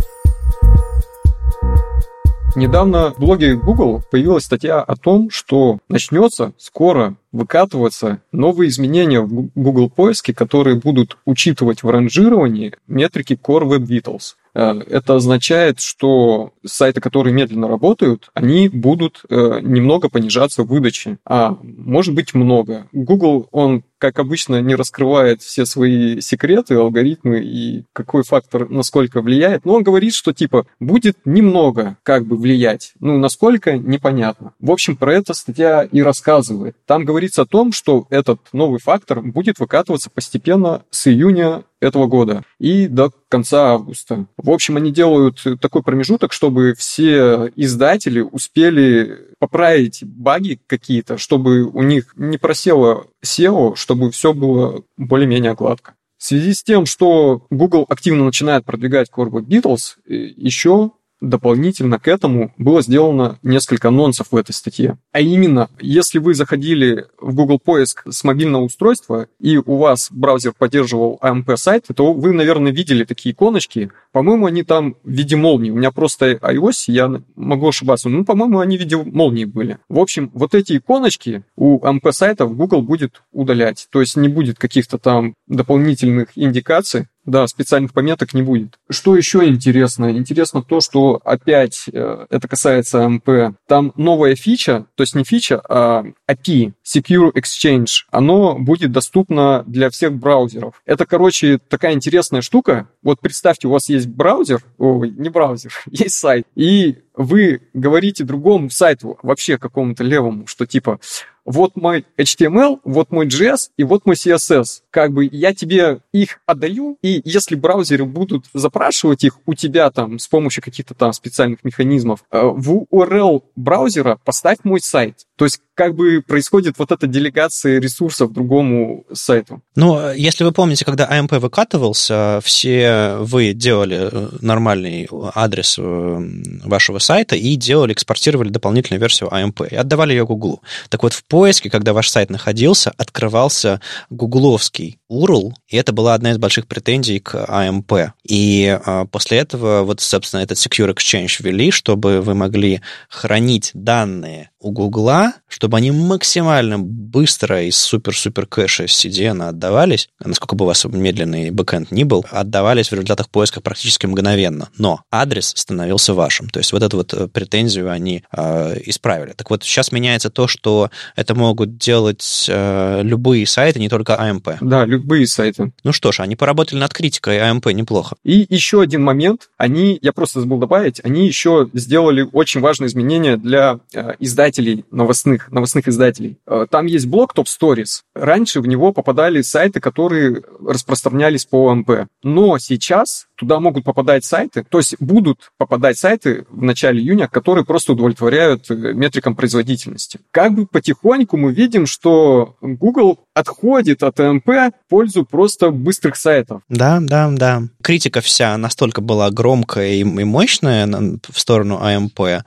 Недавно в блоге Google появилась статья о том, что начнется скоро выкатываться новые изменения в Google поиске, которые будут учитывать в ранжировании метрики Core Web Vitals. Это означает, что сайты, которые медленно работают, они будут немного понижаться в выдаче, а может быть много. Google, он, как обычно, не раскрывает все свои секреты, алгоритмы и какой фактор насколько влияет, но он говорит, что типа будет немного как бы влиять, насколько непонятно. В общем, про это статья и рассказывает. Там говорится о том, что этот новый фактор будет выкатываться постепенно с июня этого года и до конца августа. В общем, они делают такой промежуток, чтобы все издатели успели поправить баги какие-то, чтобы у них не просело SEO, чтобы все было более-менее гладко. В связи с тем, что Google активно начинает продвигать Core Web Vitals, еще дополнительно к этому было сделано несколько анонсов в этой статье. А именно, если вы заходили в Google поиск с мобильного устройства, и у вас браузер поддерживал AMP-сайты, то вы, наверное, видели такие иконочки. По-моему, они там в виде молнии. У меня просто iOS, я могу ошибаться, но, по-моему, они в виде молнии были. В общем, вот эти иконочки у AMP-сайтов Google будет удалять. То есть не будет каких-то там дополнительных индикаций. Да, специальных пометок не будет. Что еще интересно? Интересно то, что опять это касается AMP. Там новая фича, то есть не фича, а API, Secure Exchange. Оно будет доступно для всех браузеров. Это, такая интересная штука. Вот представьте, у вас есть браузер, есть сайт, и вы говорите другому сайту, вообще какому-то левому, что типа вот мой HTML, вот мой JS и вот мой CSS. Как бы я тебе их отдаю, и если браузеры будут запрашивать их у тебя там с помощью каких-то там специальных механизмов, в URL браузера поставь мой сайт. То есть как бы происходит вот эта делегация ресурсов другому сайту. Если вы помните, когда AMP выкатывался, все вы делали нормальный адрес вашего сайта и экспортировали дополнительную версию AMP и отдавали ее Google. Так вот, в поиске, когда ваш сайт находился, открывался гугловский URL, и это была одна из больших претензий к AMP. И после этого, собственно, этот Secure Exchange ввели, чтобы вы могли хранить данные у Гугла, чтобы они максимально быстро из супер-супер кэша CDN отдавались, насколько бы у вас медленный бэкэнд ни был, отдавались в результатах поиска практически мгновенно. Но адрес становился вашим. То есть вот эту претензию они исправили. Так вот, сейчас меняется то, что это могут делать любые сайты, не только AMP. Да, любые сайты. Ну что ж, они поработали над критикой AMP неплохо. И еще один момент. Я просто забыл добавить, они еще сделали очень важное изменение для издателей, новостных издателей. Там есть блок Top Stories. Раньше в него попадали сайты, которые распространялись по AMP. Но сейчас туда могут попадать сайты, то есть будут попадать сайты в начале июня, которые просто удовлетворяют метрикам производительности. Как бы потихоньку мы видим, что Google отходит от AMP в пользу просто быстрых сайтов. Да. Критика вся настолько была громкая и мощная в сторону AMP,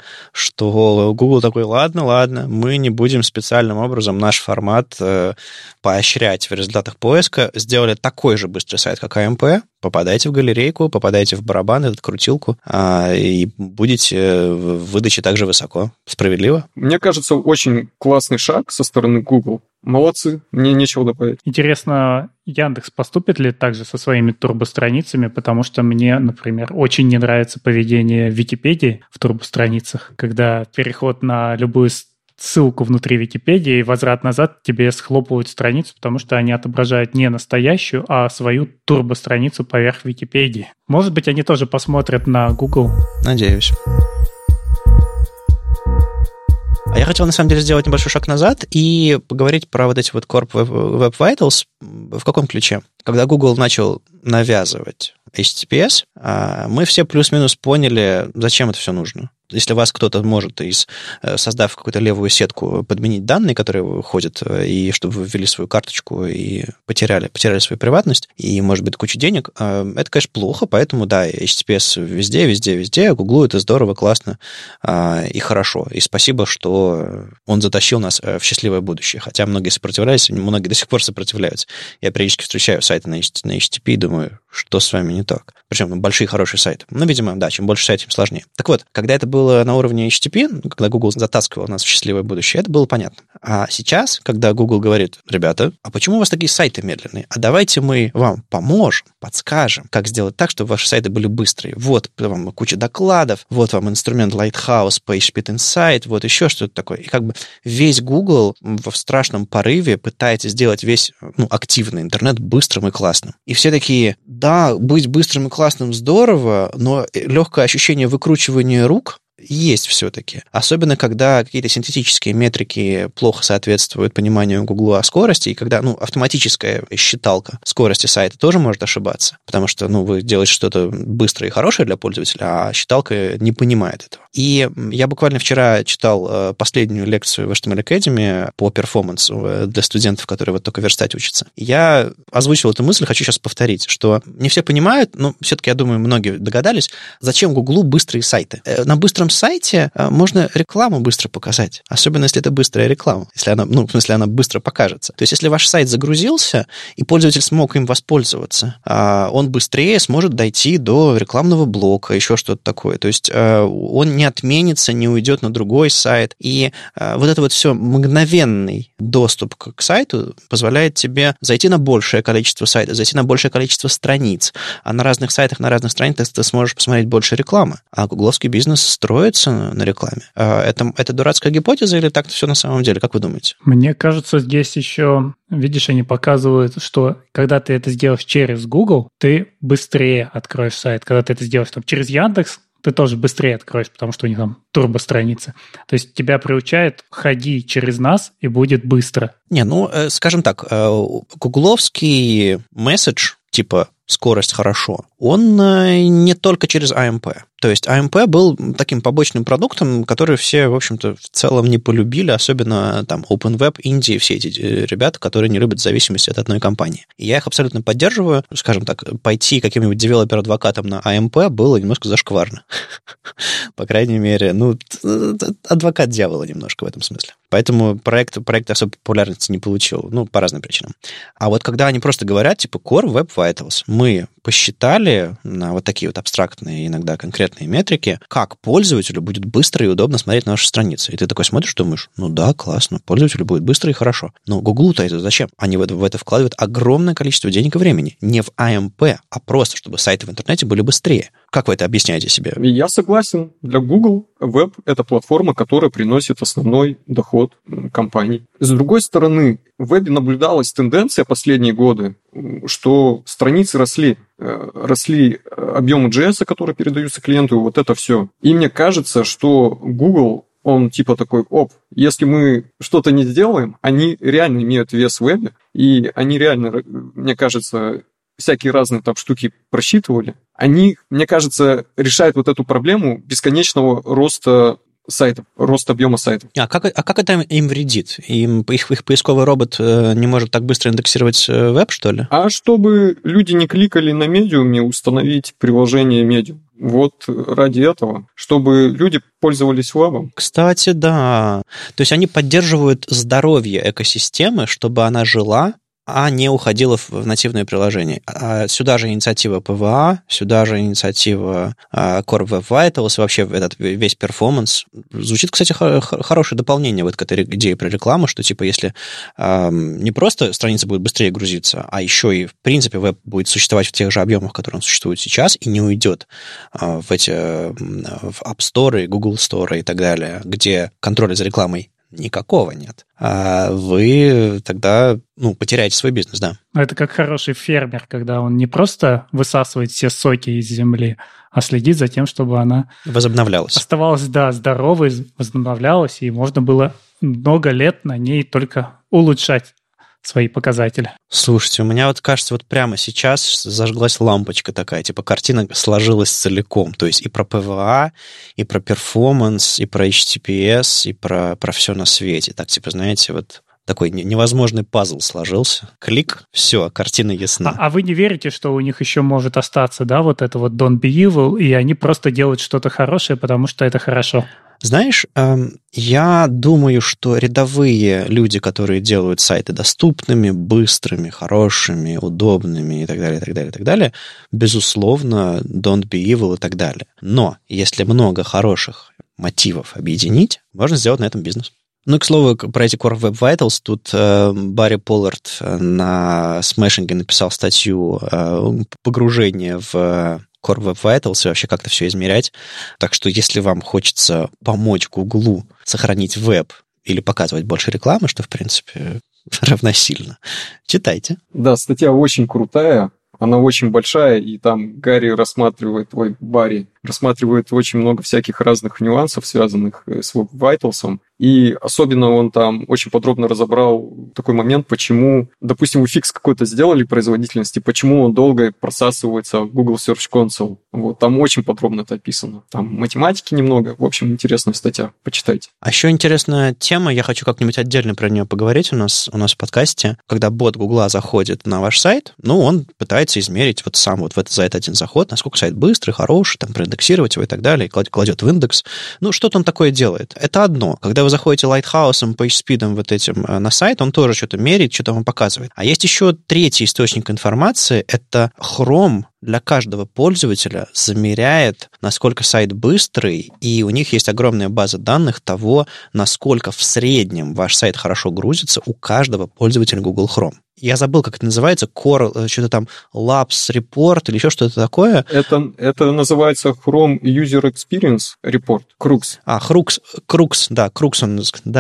что Google такой, ладно, мы не будем специальным образом наш формат поощрять в результатах поиска, сделали такой же быстрый сайт, как AMP, попадайте в галерейку, попадайте в барабан, эту крутилку, и будете в выдаче также высоко. Справедливо? Мне кажется, очень классный шаг со стороны Google. Молодцы, мне нечего добавить. Интересно, Яндекс поступит ли также со своими турбостраницами, потому что мне, например, очень не нравится поведение Википедии в турбостраницах, когда переход на любую ссылку внутри Википедии и возврат назад тебе схлопывают страницу, потому что они отображают не настоящую, а свою турбостраницу поверх Википедии. Может быть, они тоже посмотрят на Google? Надеюсь. А я хотел, на самом деле, сделать небольшой шаг назад и поговорить про вот эти вот Core Web Vitals. В каком ключе? Когда Google начал навязывать HTTPS, мы все плюс-минус поняли, зачем это все нужно. Если вас кто-то может, создав какую-то левую сетку, подменить данные, которые ходят, и чтобы вы ввели свою карточку и потеряли свою приватность, и, может быть, кучу денег, это, конечно, плохо, поэтому, да, HTTPS везде, а Гуглу это здорово, классно и хорошо. И спасибо, что он затащил нас в счастливое будущее. Хотя многие сопротивлялись, многие до сих пор сопротивляются. Я периодически встречаю сайты на HTTP и думаю, что с вами не так. Причем большие, хорошие сайты. Ну, видимо, да, чем больше сайтов, тем сложнее. Так вот, когда это было на уровне HTTP, когда Google затаскивал нас в счастливое будущее, это было понятно. А сейчас, когда Google говорит, ребята, а почему у вас такие сайты медленные? А давайте мы вам поможем, подскажем, как сделать так, чтобы ваши сайты были быстрые. Вот вам куча докладов, вот вам инструмент Lighthouse, PageSpeed Insight, вот еще что-то такое. И как бы весь Google в страшном порыве пытается сделать весь активный интернет быстрым и классным. И все такие, да, быть быстрым и классным здорово, но легкое ощущение выкручивания рук есть все-таки. Особенно, когда какие-то синтетические метрики плохо соответствуют пониманию Гугла о скорости, и когда, автоматическая считалка скорости сайта тоже может ошибаться, потому что, вы делаете что-то быстрое и хорошее для пользователя, а считалка не понимает этого. И я буквально вчера читал последнюю лекцию в HTML Academy по перформансу для студентов, которые вот только верстать учатся. Я озвучил эту мысль, хочу сейчас повторить, что не все понимают, но все-таки, я думаю, многие догадались, зачем Гуглу быстрые сайты. На быстром сайте можно рекламу быстро показать, особенно если это быстрая реклама, если она, она быстро покажется. То есть, если ваш сайт загрузился, и пользователь смог им воспользоваться, он быстрее сможет дойти до рекламного блока, еще что-то такое. То есть, он не отменится, не уйдет на другой сайт. И вот это вот все, мгновенный доступ к сайту позволяет тебе зайти на большее количество сайтов, зайти на большее количество страниц. А на разных сайтах, на разных страницах ты сможешь посмотреть больше рекламы. А гугловский бизнес строится на рекламе. Это дурацкая гипотеза или так все на самом деле? Как вы думаете? Мне кажется, здесь еще, видишь, они показывают, что когда ты это сделаешь через Google, ты быстрее откроешь сайт. Когда ты это сделаешь через Яндекс, ты тоже быстрее откроешь, потому что у них там турбостраница. То есть тебя приучают, ходи через нас, и будет быстро. Скажем так, гугловский месседж, типа скорость хорошо, он не только через AMP. То есть AMP был таким побочным продуктом, который все, в общем-то, в целом не полюбили, особенно там OpenWeb, Indie, все эти ребята, которые не любят зависимости от одной компании. И я их абсолютно поддерживаю. Скажем так, пойти каким-нибудь девелопер-адвокатом на AMP было немножко зашкварно. По крайней мере, адвокат дьявола немножко в этом смысле. Поэтому проект особой популярности не получил, по разным причинам. А вот когда они просто говорят, типа, Core Web Vitals, мы посчитали на вот такие вот абстрактные, иногда конкретные метрики, как пользователю будет быстро и удобно смотреть на наши страницы. И ты такой смотришь, думаешь, да, классно, пользователю будет быстро и хорошо. Но Гуглу-то это зачем? Они в это вкладывают огромное количество денег и времени. Не в AMP, а просто, чтобы сайты в интернете были быстрее. Как вы это объясняете себе? Я согласен. Для Google Web — это платформа, которая приносит основной доход компаний. С другой стороны, в вебе наблюдалась тенденция последние годы, что страницы росли объемы JS, которые передаются клиенту, вот это все. И мне кажется, что Google, он типа такой, если мы что-то не сделаем, они реально имеют вес в вебе, и они реально, мне кажется, всякие разные там штуки просчитывали. Они, мне кажется, решают вот эту проблему бесконечного роста сайтов, рост объема сайтов. А как это им вредит? Их поисковый робот не может так быстро индексировать веб, что ли? А чтобы люди не кликали на Medium, установить приложение Medium. Вот ради этого, чтобы люди пользовались вебом. Кстати, да. То есть они поддерживают здоровье экосистемы, чтобы она жила, а не уходила в нативное приложение. Сюда же инициатива PWA, сюда же инициатива Core Web Vitals, вообще этот весь перформанс. Звучит, кстати, хорошее дополнение вот к этой идее про рекламу, что типа если не просто страница будет быстрее грузиться, а еще и, в принципе, веб будет существовать в тех же объемах, которые он существует сейчас, и не уйдет в App Store, Google Store и так далее, где контроля за рекламой никакого нет. А вы тогда, потеряете свой бизнес, да. Это как хороший фермер, когда он не просто высасывает все соки из земли, а следит за тем, чтобы она возобновлялась. Оставалась, здоровой, возобновлялась, и можно было много лет на ней только улучшать свои показатели. Слушайте, у меня кажется, прямо сейчас зажглась лампочка такая, картина сложилась целиком, то есть и про ПВА, и про перформанс, и про HTTPS, и про все на свете. Так, знаете, такой невозможный пазл сложился. Клик, все, картина ясна. А вы не верите, что у них еще может остаться, да, это Don't Be Evil, и они просто делают что-то хорошее, потому что это хорошо? Знаешь, я думаю, что рядовые люди, которые делают сайты доступными, быстрыми, хорошими, удобными и так далее, и так далее, и так далее, безусловно, Don't Be Evil и так далее. Но если много хороших мотивов объединить, можно сделать на этом бизнес. К слову, про эти Core Web Vitals, тут Барри Поллард на Smashing написал статью «Погружение в Core Web Vitals» и вообще как-то все измерять. Так что если вам хочется помочь Гуглу сохранить веб или показывать больше рекламы, что, в принципе, равносильно, читайте. Да, статья очень крутая. Она очень большая, и там Барри рассматривает очень много всяких разных нюансов, связанных с Web Vitals. И особенно он там очень подробно разобрал такой момент, почему, допустим, вы фикс какой-то сделали производительности, почему он долго просасывается в Google Search Console. Там очень подробно это описано. Там математики немного. В общем, интересная статья. Почитайте. А еще интересная тема, я хочу как-нибудь отдельно про нее поговорить у нас в подкасте. Когда бот Гугла заходит на ваш сайт, он пытается измерить за этот один заход, насколько сайт быстрый, хороший, проиндексировать его и так далее, кладет в индекс. Что-то он такое делает. Это одно. Когда вы заходите лайтхаусом, пейджспидом этим на сайт, он тоже что-то меряет, что-то вам показывает. А есть еще третий источник информации, это Chrome для каждого пользователя замеряет, насколько сайт быстрый, и у них есть огромная база данных того, насколько в среднем ваш сайт хорошо грузится у каждого пользователя Google Chrome. Я забыл, как это называется, Core, что-то там, Labs Report или еще что-то такое. Это называется Chrome User Experience Report, CRUX. CRUX, да, CRUX он,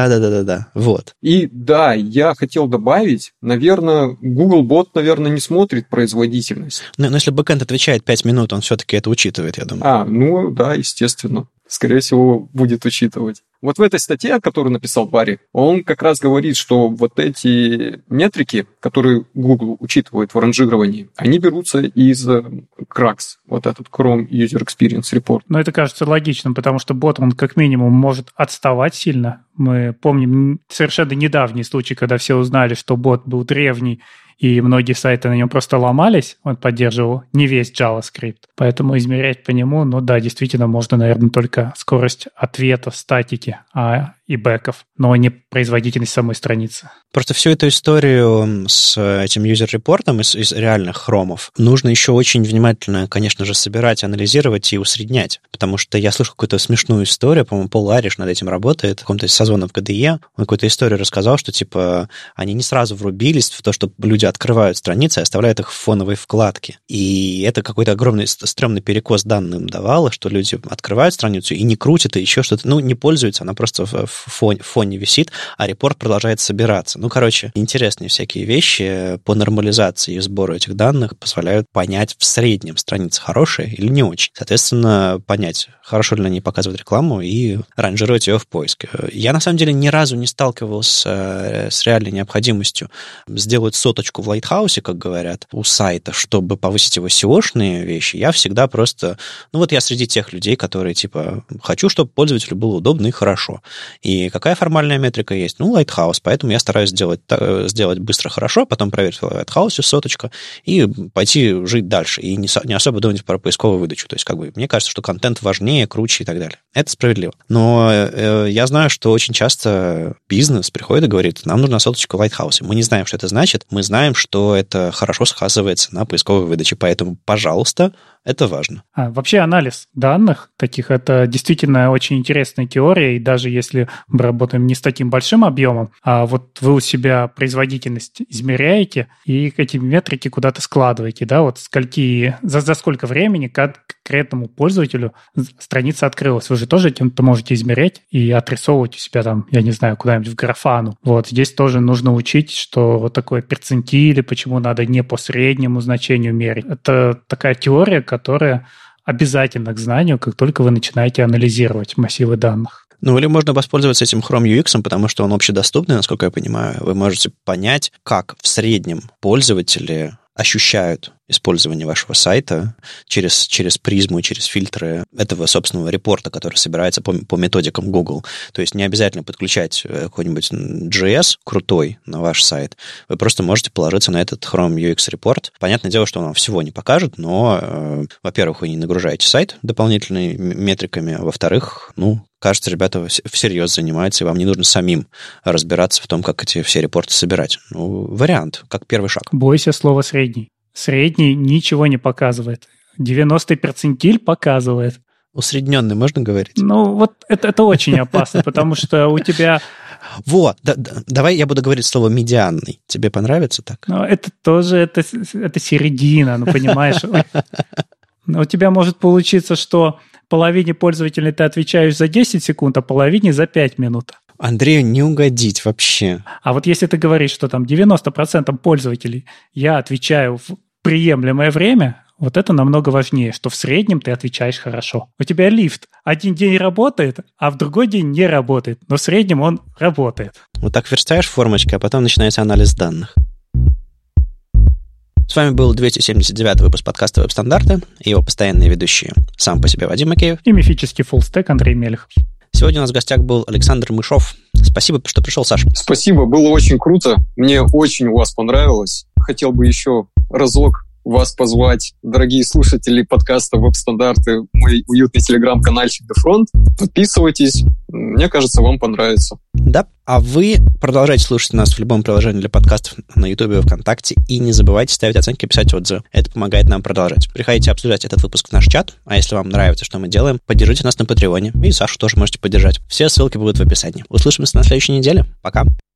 да, вот. И да, я хотел добавить, наверное, Google Bot, не смотрит производительность. Но если бэкэнд отвечает 5 минут, он все-таки это учитывает, я думаю. Да, естественно. Скорее всего, будет учитывать. В этой статье, которую написал Барри, он как раз говорит, что эти метрики, которые Google учитывает в ранжировании, они берутся из CRUX, этот Chrome User Experience Report. Но это кажется логичным, потому что бот, он как минимум может отставать сильно. Мы помним совершенно недавний случай, когда все узнали, что бот был древний, и многие сайты на нем просто ломались, он поддерживал не весь JavaScript. Поэтому измерять по нему, действительно, можно, наверное, только скорость ответа, статики и бэков, но не производительность самой страницы. Просто всю эту историю с этим юзер-репортом из реальных хромов нужно еще очень внимательно, конечно же, собирать, анализировать и усреднять. Потому что я слышал какую-то смешную историю, по-моему, Пол Ариш над этим работает, в каком-то из созвонов КДЕ. Он какую-то историю рассказал, что, они не сразу врубились в то, что люди открывают страницы и оставляют их в фоновой вкладке. И это какой-то огромный стрёмный перекос данным давало, что люди открывают страницу и не крутят, и еще что-то, не пользуются, она просто в фоне висит, а репорт продолжает собираться. Интересные всякие вещи по нормализации и сбору этих данных позволяют понять в среднем страница хорошая или не очень. Соответственно, понять, хорошо ли они показывают рекламу и ранжировать ее в поиске. Я, на самом деле, ни разу не сталкивался с реальной необходимостью сделать соточку в Лайтхаусе, как говорят, у сайта, чтобы повысить его SEO-шные вещи. Я всегда просто... я среди тех людей, которые, хочу, чтобы пользователю было удобно и хорошо. И какая формальная метрика есть? Lighthouse, поэтому я стараюсь сделать быстро хорошо, потом проверить в Lighthouse соточка и пойти жить дальше, и не особо думать про поисковую выдачу. То есть, мне кажется, что контент важнее, круче и так далее. Это справедливо. Но я знаю, что очень часто бизнес приходит и говорит, нам нужна соточка в Lighthouse. Мы не знаем, что это значит, мы знаем, что это хорошо сказывается на поисковой выдаче, поэтому, пожалуйста, это важно. Вообще анализ данных таких, это действительно очень интересная теория, и даже если мы работаем не с таким большим объемом, а вы у себя производительность измеряете и эти метрики куда-то складываете, да, за сколько времени конкретному пользователю страница открылась. Вы же тоже этим-то можете измерять и отрисовывать у себя там, я не знаю, куда-нибудь в графану. Вот здесь тоже нужно учить, что вот такое перцентили, почему надо не по среднему значению мерить. Это такая теория, которая обязательно к знанию, как только вы начинаете анализировать массивы данных. Ну, или можно воспользоваться этим Chrome UX, потому что он общедоступный, насколько я понимаю. Вы можете понять, как в среднем пользователи ощущают использование вашего сайта через призму, через фильтры этого собственного репорта, который собирается по методикам Google. То есть не обязательно подключать какой-нибудь JS крутой на ваш сайт. Вы просто можете положиться на этот Chrome UX репорт. Понятное дело, что он вам всего не покажет, но, во-первых, вы не нагружаете сайт дополнительными метриками, а во-вторых, кажется, ребята всерьез занимаются, и вам не нужно самим разбираться в том, как эти все репорты собирать. Вариант, как первый шаг. Бойся слова «средний». Средний ничего не показывает. 90-й перцентиль показывает. Усредненный можно говорить? Вот это очень опасно, потому что у тебя... Давай я буду говорить слово «медианный». Тебе понравится так? Это тоже, это середина, понимаешь? У тебя может получиться, что половине пользователей ты отвечаешь за 10 секунд, а половине за 5 минут. Андрею не угодить вообще. А вот если ты говоришь, что там 90% пользователей я отвечаю в приемлемое время, вот это намного важнее, что в среднем ты отвечаешь хорошо. У тебя лифт один день работает, а в другой день не работает, но в среднем он работает. Вот так верстаешь формочкой, а потом начинается анализ данных. С вами был 279-й выпуск подкаста «Веб-стандарты» и его постоянные ведущие сам по себе Вадим Макеев и мифический фуллстек Андрей Мелехов. Сегодня у нас в гостях был Александр Мышов. Спасибо, что пришел, Саша. Спасибо, было очень круто. Мне очень у вас понравилось. Хотел бы еще разок вас позвать, дорогие слушатели подкаста «Веб-стандарты», мой уютный телеграм-канальчик «Дефронт». Подписывайтесь, мне кажется, вам понравится. Да, а вы продолжайте слушать нас в любом приложении для подкастов на Ютубе, ВКонтакте, и не забывайте ставить оценки, писать отзывы. Это помогает нам продолжать. Приходите обсуждать этот выпуск в наш чат, а если вам нравится, что мы делаем, поддержите нас на Патреоне, и Сашу тоже можете поддержать. Все ссылки будут в описании. Услышимся на следующей неделе. Пока!